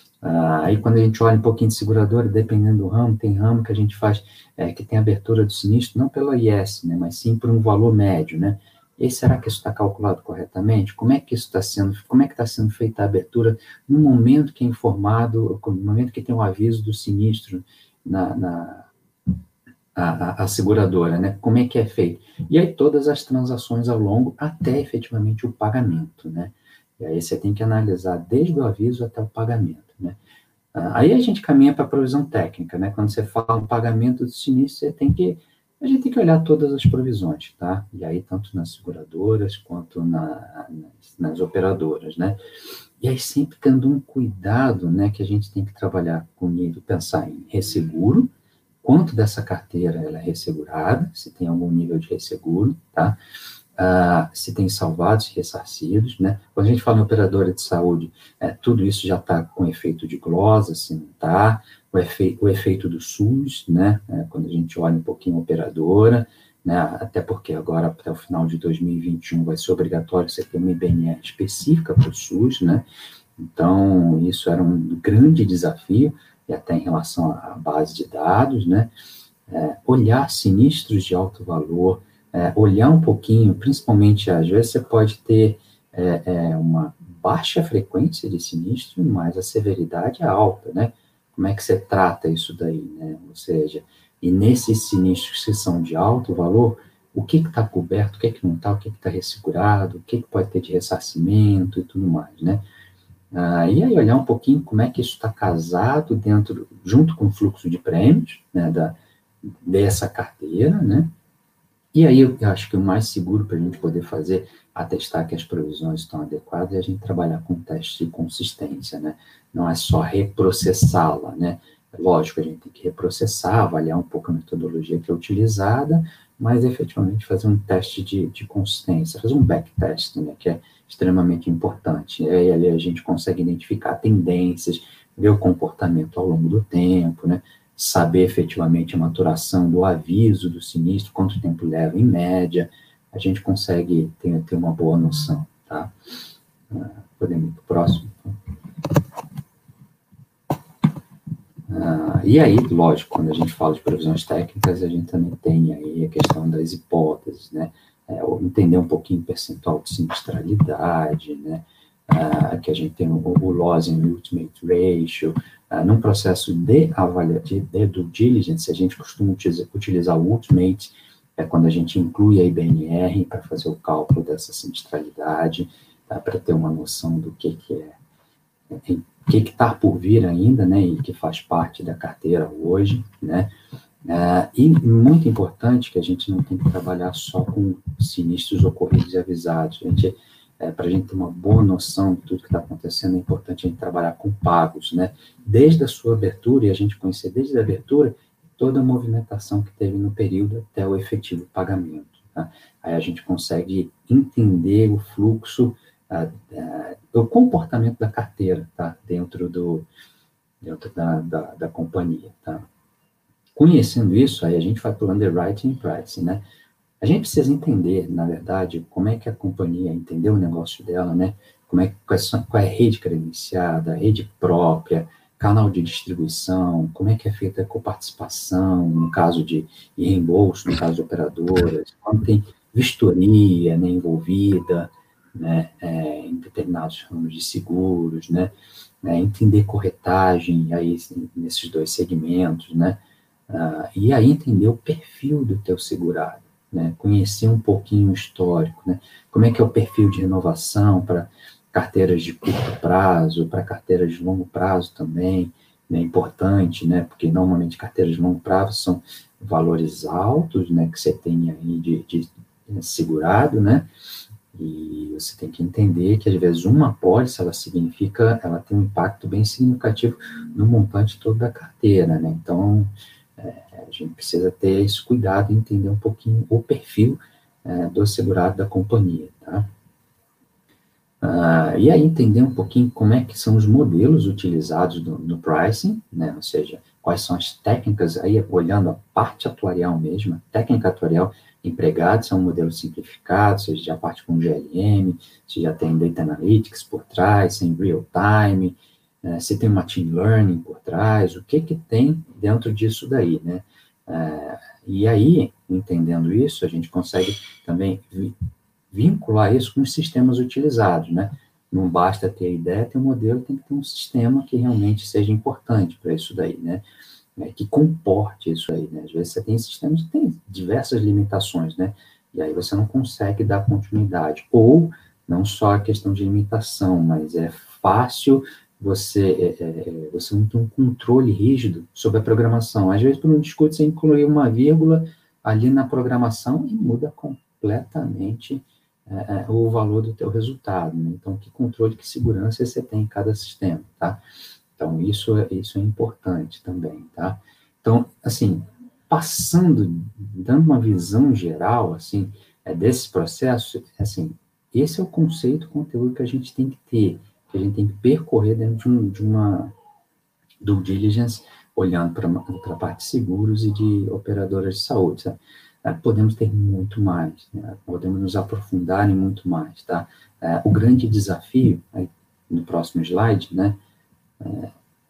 Ah, aí quando a gente olha um pouquinho de seguradora, dependendo do ramo, tem ramo que a gente faz, é, que tem abertura do sinistro, não pela I S, né, mas sim por um valor médio, né. E será que isso está calculado corretamente? Como é que isso está sendo, como é que está sendo feita a abertura no momento que é informado, no momento que tem o um aviso do sinistro na, na a, a seguradora, né? Como é que é feito? E aí todas as transações ao longo até efetivamente o pagamento, né? E aí você tem que analisar desde o aviso até o pagamento, né? Aí a gente caminha para a provisão técnica, né? Quando você fala um pagamento do sinistro, você tem que a gente tem que olhar todas as provisões, tá? E aí, tanto nas seguradoras quanto na, nas, nas operadoras, né? E aí, sempre tendo um cuidado, né, que a gente tem que trabalhar comigo, pensar em resseguro, quanto dessa carteira ela é ressegurada, se tem algum nível de resseguro, tá? Ah, se tem salvados e ressarcidos, né? Quando a gente fala em operadora de saúde, é, tudo isso já está com efeito de glosa, se não está, o, efe, o efeito do SUS, né? É, quando a gente olha um pouquinho a operadora, né? Até porque agora, até o final de dois mil e vinte e um, vai ser obrigatório você ter uma I B N R específica para o SUS, né? Então, isso era um grande desafio, e até em relação à base de dados, né? É, olhar sinistros de alto valor, é, olhar um pouquinho, principalmente, às vezes você pode ter é, é, uma baixa frequência de sinistro, mas a severidade é alta, né? Como é que você trata isso daí, né? Ou seja, e nesses sinistros que são de alto valor, o que está coberto, o que, que não está, o que está ressegurado, o que, que pode ter de ressarcimento e tudo mais, né? Ah, e aí olhar um pouquinho como é que isso está casado dentro, junto com o fluxo de prêmios, né, da, dessa carteira, né? E aí eu acho que o mais seguro para a gente poder fazer, atestar que as provisões estão adequadas, é a gente trabalhar com teste de consistência, né? Não é só reprocessá-la, né? Lógico, a gente tem que reprocessar, avaliar um pouco a metodologia que é utilizada, mas efetivamente fazer um teste de, de consistência, fazer um backtest, né, que é extremamente importante. E aí ali a gente consegue identificar tendências, ver o comportamento ao longo do tempo, né? Saber efetivamente a maturação do aviso do sinistro, quanto tempo leva em média, a gente consegue ter, ter uma boa noção, tá? Uh, podemos ir para o próximo. Uh, e aí, lógico, quando a gente fala de previsões técnicas, a gente também tem aí a questão das hipóteses, né? É, entender um pouquinho o percentual de sinistralidade, né? Uh, que a gente tem o, o Loss and Ultimate Ratio. Uh, num processo de avaliação, de due diligence, a gente costuma utilizar, utilizar o Ultimate, é quando a gente inclui a I B N R para fazer o cálculo dessa sinistralidade, tá? Para ter uma noção do que, que é, o que está por vir ainda, né, e que faz parte da carteira hoje, né, uh, e muito importante que a gente não tem que trabalhar só com sinistros ocorridos e avisados, a gente, é, para a gente ter uma boa noção de tudo que está acontecendo, é importante a gente trabalhar com pagos, né, desde a sua abertura, e a gente conhecer desde a abertura, toda a movimentação que teve no período até o efetivo pagamento, tá? Aí a gente consegue entender o fluxo, Uh, uh, o comportamento da carteira, tá? Dentro, do, dentro da, da, da companhia, tá? Conhecendo isso, aí a gente vai para o underwriting e pricing, né? A gente precisa entender, na verdade, como é que a companhia entendeu o negócio dela, né? Como é, qual, é, qual é a rede credenciada, a rede própria, canal de distribuição, como é que é feita a coparticipação, no caso de, de reembolso, no caso de operadoras, quando tem vistoria, né, envolvida, né, é, em determinados ramos de seguros, né, é, entender corretagem aí nesses dois segmentos, né, uh, e aí entender o perfil do teu segurado, né, conhecer um pouquinho o histórico, né, como é que é o perfil de renovação para carteiras de curto prazo, para carteiras de longo prazo também, né, importante, né, porque normalmente carteiras de longo prazo são valores altos, né, que você tem aí de, de, de segurado, né, e você tem que entender que, às vezes, uma apólice, ela significa, ela tem um impacto bem significativo no montante todo da carteira, né? Então, é, a gente precisa ter esse cuidado e entender um pouquinho o perfil é, do segurado da companhia, tá? Ah, e aí entender um pouquinho como é que são os modelos utilizados no, no pricing, né? Ou seja, quais são as técnicas, aí olhando a parte atuarial mesmo, a técnica atuarial empregada, se é um modelo simplificado, seja já parte com G L M, se já tem Data Analytics por trás, se é em real time, né? Se tem Machine Learning por trás, o que que tem dentro disso daí, né? Ah, e aí, entendendo isso, a gente consegue também vincular isso com os sistemas utilizados, né? Não basta ter a ideia, ter um modelo, tem que ter um sistema que realmente seja importante para isso daí, né? Que comporte isso aí, né? Às vezes você tem sistemas que têm diversas limitações, né? E aí você não consegue dar continuidade. Ou, não só a questão de limitação, mas é fácil você, é, é, você não tem um controle rígido sobre a programação. Às vezes, por um discurso, você incluir uma vírgula, ali na programação e muda completamente é, o valor do teu resultado, né? Então, que controle, que segurança você tem em cada sistema, tá? Então, isso, isso é importante também, tá? Então, assim, passando, dando uma visão geral, assim, é, desse processo, assim, esse é o conceito, conteúdo que a gente tem que ter, que a gente tem que percorrer dentro de, um, de uma due diligence, olhando para a parte de seguros e de operadoras de saúde, sabe? Podemos ter muito mais, né? Podemos nos aprofundar em muito mais, tá? É, o grande desafio, aí, no próximo slide, né? É,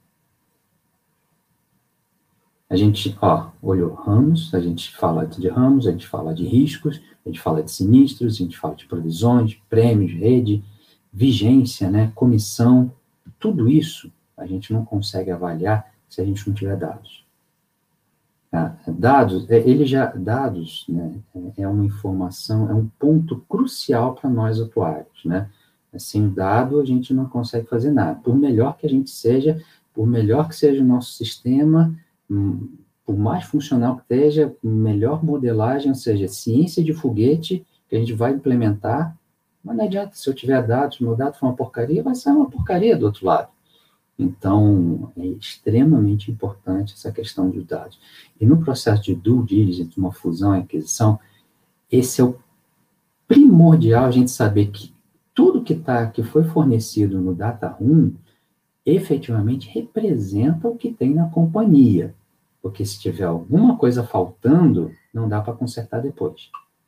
a gente, ó, olhou ramos, a gente fala de ramos, a gente fala de riscos, a gente fala de sinistros, a gente fala de provisões, prêmios, rede, vigência, né? Comissão, tudo isso a gente não consegue avaliar se a gente não tiver dados. Ah, dados, ele já, dados, né, é uma informação, é um ponto crucial para nós atuários, né? Sem dado, a gente não consegue fazer nada. Por melhor que a gente seja, por melhor que seja o nosso sistema, por mais funcional que esteja, melhor modelagem, ou seja, ciência de foguete que a gente vai implementar, mas não adianta, se eu tiver dados, meu dado for uma porcaria, vai sair uma porcaria do outro lado. Então, é extremamente importante essa questão dos dados. E no processo de due diligence, uma fusão e aquisição, esse é o primordial, a gente saber que tudo que, tá, que foi fornecido no data room, efetivamente representa o que tem na companhia. Porque se tiver alguma coisa faltando, não dá para consertar depois.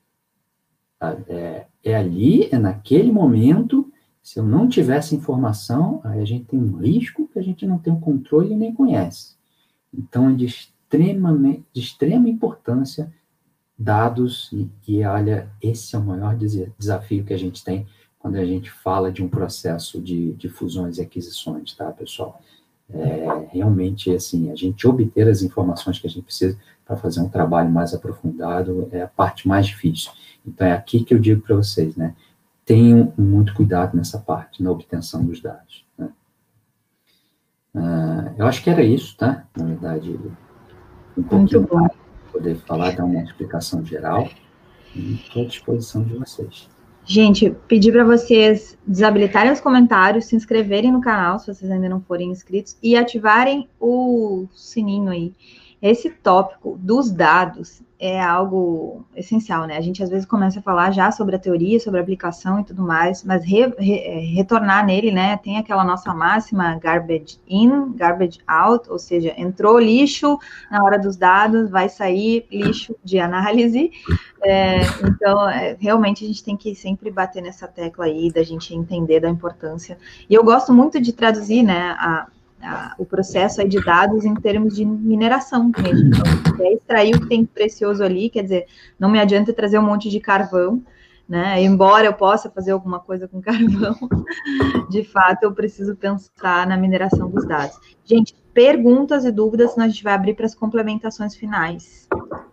É, é ali, é naquele momento. Se eu não tivesse informação, aí a gente tem um risco que a gente não tem o controle e nem conhece. Então, é de, extremamente, de extrema importância dados, e, e olha, esse é o maior desafio que a gente tem quando a gente fala de um processo de, de fusões e aquisições, tá, pessoal? É, realmente, assim, a gente obter as informações que a gente precisa para fazer um trabalho mais aprofundado é a parte mais difícil. Então, é aqui que eu digo para vocês, né? Tenham muito cuidado nessa parte, na obtenção dos dados, né? Uh, eu acho que era isso, tá? Na verdade, um pouquinho para poder falar, dar uma explicação geral, e estou à disposição de vocês. Gente, pedir para vocês desabilitarem os comentários, se inscreverem no canal, se vocês ainda não forem inscritos, e ativarem o sininho aí. Esse tópico dos dados é algo essencial, né? A gente às vezes começa a falar já sobre a teoria, sobre a aplicação e tudo mais, mas re, re, retornar nele, né? Tem aquela nossa máxima garbage in, garbage out, ou seja, entrou lixo na hora dos dados, vai sair lixo de análise. É, então, é, realmente a gente tem que sempre bater nessa tecla aí, da gente entender da importância. E eu gosto muito de traduzir, né, a o processo aí de dados em termos de mineração mesmo. Então, é extrair o que tem de precioso ali, quer dizer, não me adianta trazer um monte de carvão, né? Embora eu possa fazer alguma coisa com carvão, de fato eu preciso pensar na mineração dos dados. Gente, perguntas e dúvidas, senão a gente vai abrir para as complementações finais.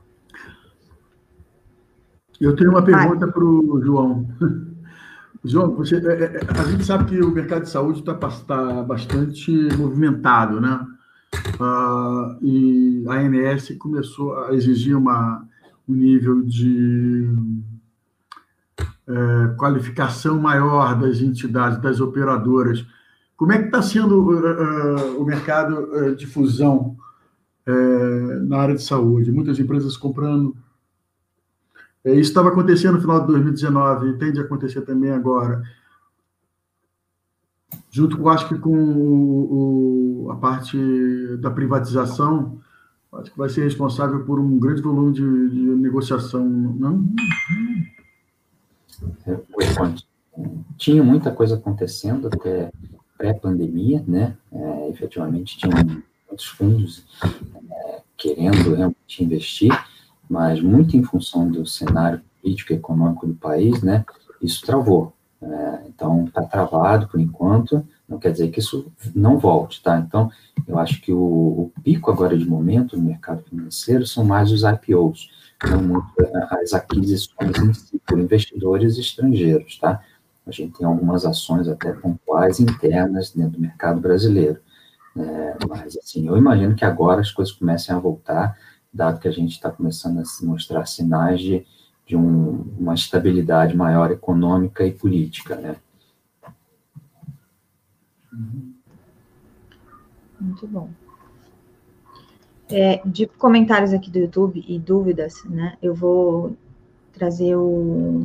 Eu tenho uma pergunta para o João. João, você, a gente sabe que o mercado de saúde está tá bastante movimentado, né? Uh, e a ANS começou a exigir uma, um nível de uh, qualificação maior das entidades, das operadoras. Como é que está sendo uh, uh, o mercado uh, de fusão uh, na área de saúde? Muitas empresas comprando. Isso estava acontecendo no final de dois mil e dezenove e tende a acontecer também agora. Junto, eu acho que com o, o, a parte da privatização, acho que vai ser responsável por um grande volume de, de negociação, não? Tinha muita coisa acontecendo até pré-pandemia, né? É, efetivamente, tinha muitos fundos é, querendo realmente investir, mas muito em função do cenário político e econômico do país, né, isso travou. É, então, está travado por enquanto, não quer dizer que isso não volte, tá? Então, eu acho que o, o pico agora de momento no mercado financeiro são mais os I P Os, não muito as aquisições em si, por investidores estrangeiros, tá? A gente tem algumas ações até pontuais internas dentro do mercado brasileiro. É, mas, assim, eu imagino que agora as coisas comecem a voltar. dado que a gente está começando a se mostrar sinais de, de um, uma estabilidade maior econômica e política, né? Muito bom. É, de comentários aqui do YouTube e dúvidas, né, eu vou trazer o,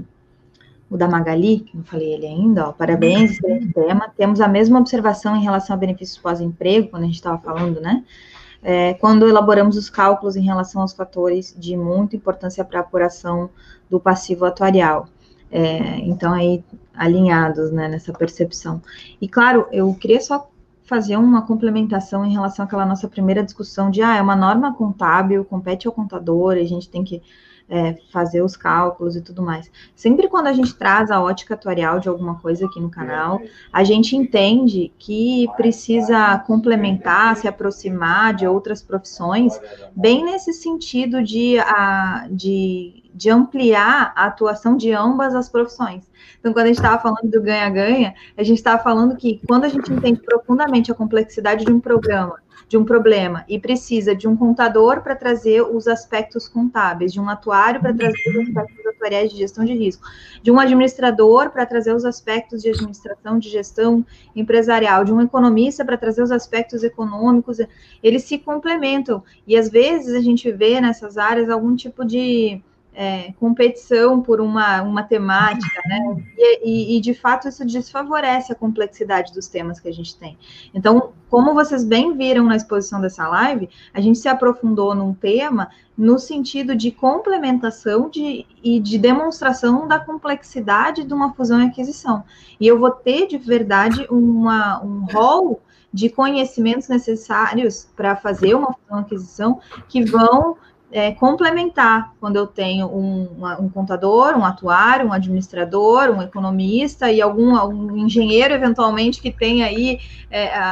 o da Magali, que não falei ele ainda, ó, parabéns, excelente tema. Temos a mesma observação em relação a benefícios pós-emprego, quando a gente estava falando, né? É, quando elaboramos os cálculos em relação aos fatores de muita importância para a apuração do passivo atuarial. É, então, aí, alinhados, né, nessa percepção. E, claro, eu queria só fazer uma complementação em relação àquela nossa primeira discussão de, ah, é uma norma contábil, compete ao contador, a gente tem que é, fazer os cálculos e tudo mais. Sempre quando a gente traz a ótica atuarial de alguma coisa aqui no canal, a gente entende que precisa complementar, se aproximar de outras profissões, bem nesse sentido de, a, de, de ampliar a atuação de ambas as profissões. Então, quando a gente estava falando do ganha-ganha, a gente estava falando que quando a gente entende profundamente a complexidade de um programa, de um problema, e precisa de um contador para trazer os aspectos contábeis, de um atuário para trazer os aspectos atuariais de gestão de risco, de um administrador para trazer os aspectos de administração, de gestão empresarial, de um economista para trazer os aspectos econômicos, eles se complementam. E, às vezes, a gente vê nessas áreas algum tipo de É, competição por uma, uma temática, né? E, e, e, de fato, isso desfavorece a complexidade dos temas que a gente tem. Então, como vocês bem viram na exposição dessa live, a gente se aprofundou num tema no sentido de complementação de, e de demonstração da complexidade de uma fusão e aquisição. E eu vou ter, de verdade, uma, um rol de conhecimentos necessários para fazer uma fusão e aquisição que vão É, complementar, quando eu tenho um, uma, um contador, um atuário, um administrador, um economista e algum um engenheiro, eventualmente, que tenha aí é, a,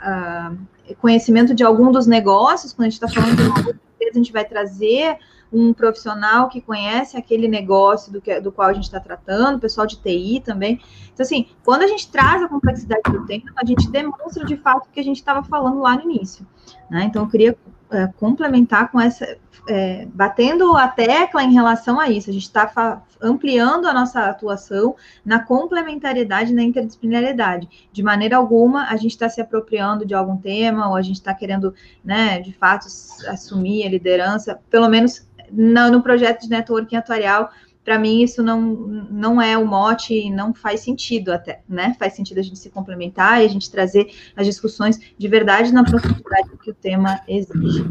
a conhecimento de algum dos negócios. Quando a gente está falando de uma outra empresa, a gente vai trazer um profissional que conhece aquele negócio do, que, do qual a gente está tratando, pessoal de T I também. Então, assim, quando a gente traz a complexidade do tema, a gente demonstra, de fato, o que a gente estava falando lá no início, né? Então, eu queria é, complementar com essa... É, batendo a tecla em relação a isso, a gente está ampliando a nossa atuação na complementariedade, na interdisciplinaridade. De maneira alguma, a gente está se apropriando de algum tema, ou a gente está querendo, né, de fato, assumir a liderança, pelo menos no, no projeto de networking atuarial. Para mim, isso não, não é o mote e não faz sentido até, né? Faz sentido a gente se complementar e a gente trazer as discussões de verdade na profundidade que o tema exige.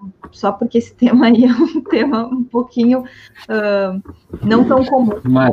Só porque esse tema aí é um tema um pouquinho uh, não tão comum. Mas,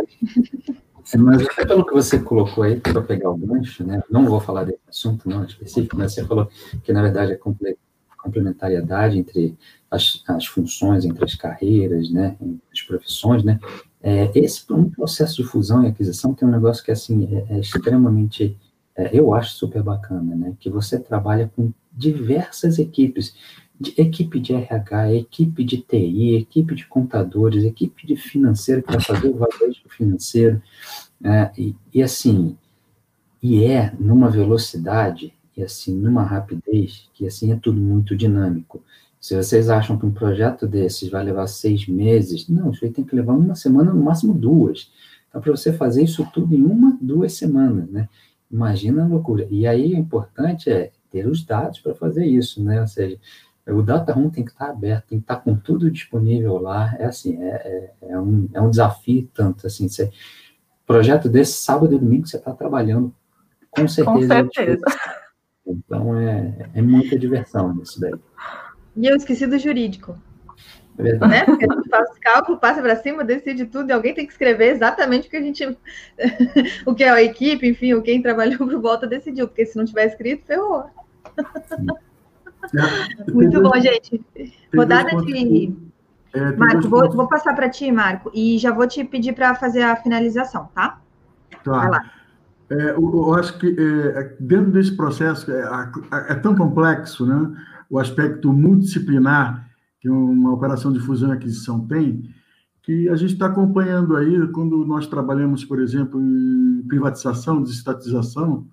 mas até pelo que você colocou aí, para pegar o gancho, né? Não vou falar desse assunto não específico, mas você falou que, na verdade, a complementariedade entre as, as funções, entre as carreiras, né? Entre as profissões, né? É, esse um processo de fusão e aquisição tem um negócio que, assim, é, é extremamente, é, eu acho super bacana, né? Que você trabalha com diversas equipes, de equipe de R H, equipe de T I, equipe de contadores, equipe de financeiro que vai fazer o varejo financeiro, é, e, e assim, e é numa velocidade, e assim, numa rapidez, que assim, é tudo muito dinâmico. Se vocês acham que um projeto desses vai levar seis meses, não, isso aí tem que levar uma semana, no máximo duas. Então, para você fazer isso tudo em uma, duas semanas, né? Imagina a loucura. E aí, o importante é ter os dados para fazer isso, né? Ou seja, o data room tem que estar aberto, tem que estar com tudo disponível lá. É assim, é, é, é, um, é um desafio tanto, assim, você, projeto desse, sábado e domingo, você está trabalhando, com certeza. Com certeza. É então, é, é muita diversão nisso daí. E eu esqueci do jurídico. É verdade. Né? Porque a gente faz cálculo, passa para cima, decide tudo, e alguém tem que escrever exatamente o que a gente... o que a equipe, enfim, o quem trabalhou por volta decidiu, porque se não tiver escrito, ferrou. É, muito bom, gente. Rodada de... É, Marco, vou, vou passar para ti, Marco, e já vou te pedir para fazer a finalização, tá? Tá. Vai lá. É, eu, eu acho que é, dentro desse processo é, é tão complexo, né? O aspecto multidisciplinar que uma operação de fusão e aquisição tem, que a gente está acompanhando aí, quando nós trabalhamos, por exemplo, em privatização, desestatização,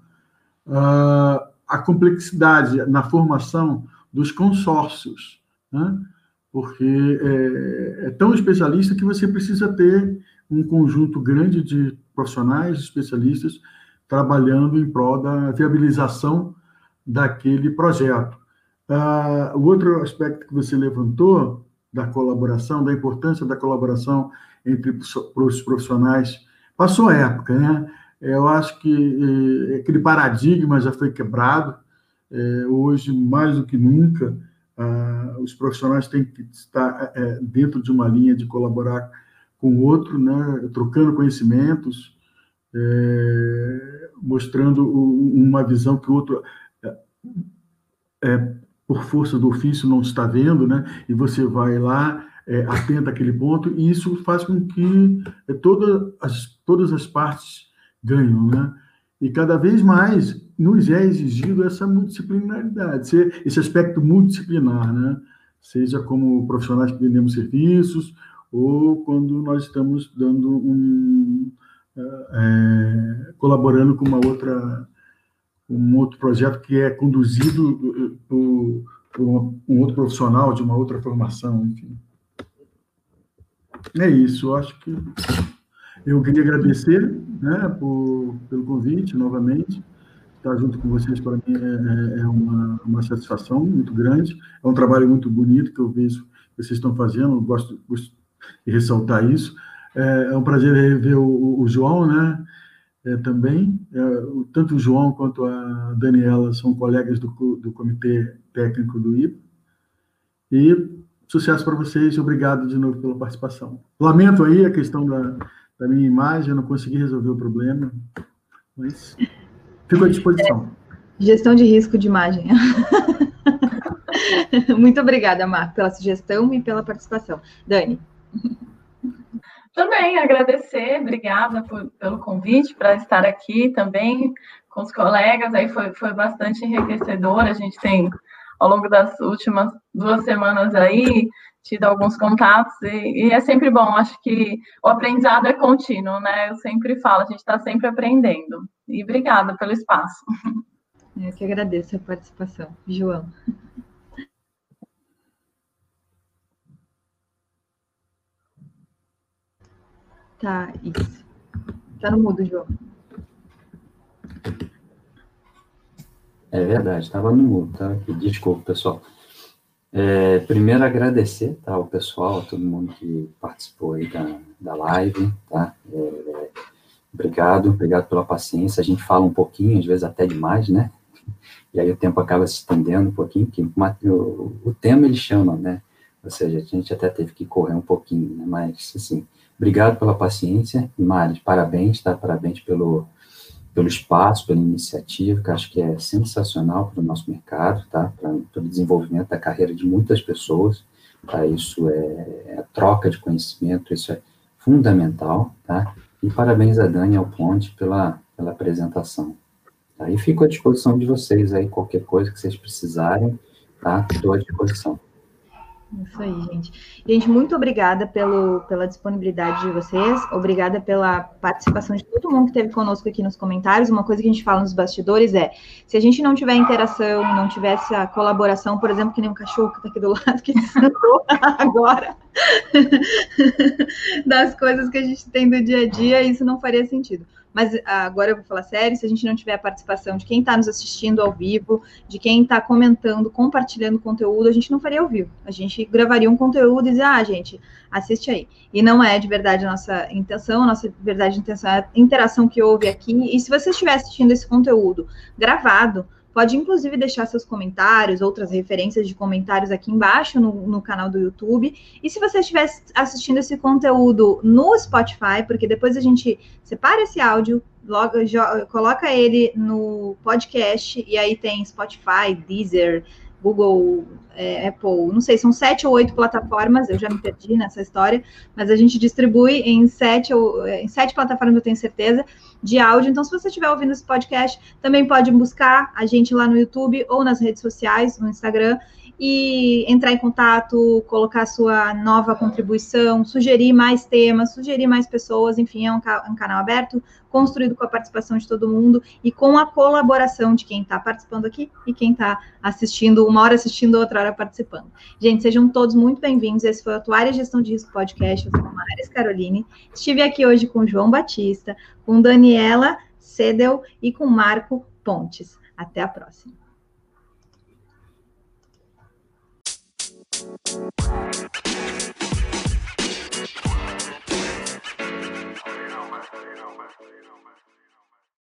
uh, a complexidade na formação dos consórcios, né? porque é, é tão especialista que você precisa ter um conjunto grande de profissionais, especialistas, trabalhando em prol da viabilização daquele projeto. Ah, o outro aspecto que você levantou, da colaboração, da importância da colaboração entre os profissionais, passou a época, né? Eu acho que eh, aquele paradigma já foi quebrado. Eh, hoje, mais do que nunca, ah, os profissionais têm que estar eh, dentro de uma linha de colaborar com o outro, né? Trocando conhecimentos, eh, mostrando uma visão que o outro, eh, por força do ofício, não está vendo, né? E você vai lá, é, atenta àquele ponto, e isso faz com que é, toda as, todas as partes ganham, né? E cada vez mais nos é exigido essa multidisciplinaridade, esse aspecto multidisciplinar, né? Seja como profissionais que vendemos serviços, ou quando nós estamos dando um... É, colaborando com uma outra... um outro projeto que é conduzido por, por um outro profissional de uma outra formação, enfim. É isso, eu acho que eu queria agradecer, né, por, pelo convite, novamente. Estar junto com vocês, para mim, é, é uma, uma satisfação muito grande. É um trabalho muito bonito que eu vejo que vocês estão fazendo, eu gosto, gosto de ressaltar isso. É, é um prazer rever o, o João, né? É, também, é, tanto o João quanto a Daniela são colegas do, do Comitê Técnico do I P A. E sucesso para vocês e obrigado de novo pela participação. Lamento aí a questão da, da minha imagem, eu não consegui resolver o problema, mas fico à disposição. É, gestão de risco de imagem. Muito obrigada, Marco, pela sugestão e pela participação. Dani. Também agradecer, obrigada por, pelo convite para estar aqui também com os colegas, aí foi, foi bastante enriquecedor, a gente tem, ao longo das últimas duas semanas aí, tido alguns contatos, e, e é sempre bom, acho que o aprendizado é contínuo, né, eu sempre falo, a gente está sempre aprendendo, e obrigada pelo espaço. Eu que agradeço a participação. João. Tá, isso. Tá no mudo, João. É verdade, estava no mudo, tá? Desculpa, pessoal. É, primeiro, agradecer, tá, ao pessoal, a todo mundo que participou aí da, da live, tá? É, obrigado, obrigado pela paciência. A gente fala um pouquinho, às vezes até demais, né? E aí o tempo acaba se estendendo um pouquinho, porque o, o tema ele chama, né? Ou seja, a gente até teve que correr um pouquinho, né? Mas, assim... Obrigado pela paciência, e Mari, parabéns, tá? Parabéns pelo, pelo espaço, pela iniciativa, que acho que é sensacional para o nosso mercado, tá? Para o desenvolvimento da carreira de muitas pessoas, tá? Isso é, é troca de conhecimento, isso é fundamental, tá? E parabéns a Dani e ao Ponte pela, pela apresentação. Tá? E fico à disposição de vocês aí, qualquer coisa que vocês precisarem, tá? Estou à disposição. Isso aí, gente. Gente, muito obrigada pelo, pela disponibilidade de vocês, obrigada pela participação de todo mundo que esteve conosco aqui nos comentários. Uma coisa que a gente fala nos bastidores é, se a gente não tiver interação, não tivesse a colaboração, por exemplo, que nem um cachorro que está aqui do lado, que sentou agora, das coisas que a gente tem do dia a dia, isso não faria sentido. Mas agora eu vou falar sério, se a gente não tiver a participação de quem está nos assistindo ao vivo, de quem está comentando, compartilhando conteúdo, a gente não faria ao vivo. A gente gravaria um conteúdo e dizia, ah, gente, assiste aí. E não é de verdade a nossa intenção, a nossa verdade intenção é a interação que houve aqui. E se você estiver assistindo esse conteúdo gravado, pode, inclusive, deixar seus comentários, outras referências de comentários aqui embaixo no, no canal do YouTube. E se você estiver assistindo esse conteúdo no Spotify, porque depois a gente separa esse áudio, logo, coloca ele no podcast, e aí tem Spotify, Deezer, Google, é, Apple, não sei, são sete ou oito plataformas, eu já me perdi nessa história, mas a gente distribui em sete, ou, em sete plataformas, eu tenho certeza, de áudio. Então, se você estiver ouvindo esse podcast, também pode buscar a gente lá no YouTube ou nas redes sociais, no Instagram, e entrar em contato, colocar sua nova contribuição, sugerir mais temas, sugerir mais pessoas, enfim, é um, ca um canal aberto, construído com a participação de todo mundo e com a colaboração de quem está participando aqui e quem está assistindo, uma hora assistindo, outra hora participando. Gente, sejam todos muito bem-vindos. Esse foi o Atuária e Gestão de Risco Podcast. Eu sou a Maris Caroline. Estive aqui hoje com o João Batista, com Daniela Sedel e com Marco Pontes. Até a próxima. We'll be right back.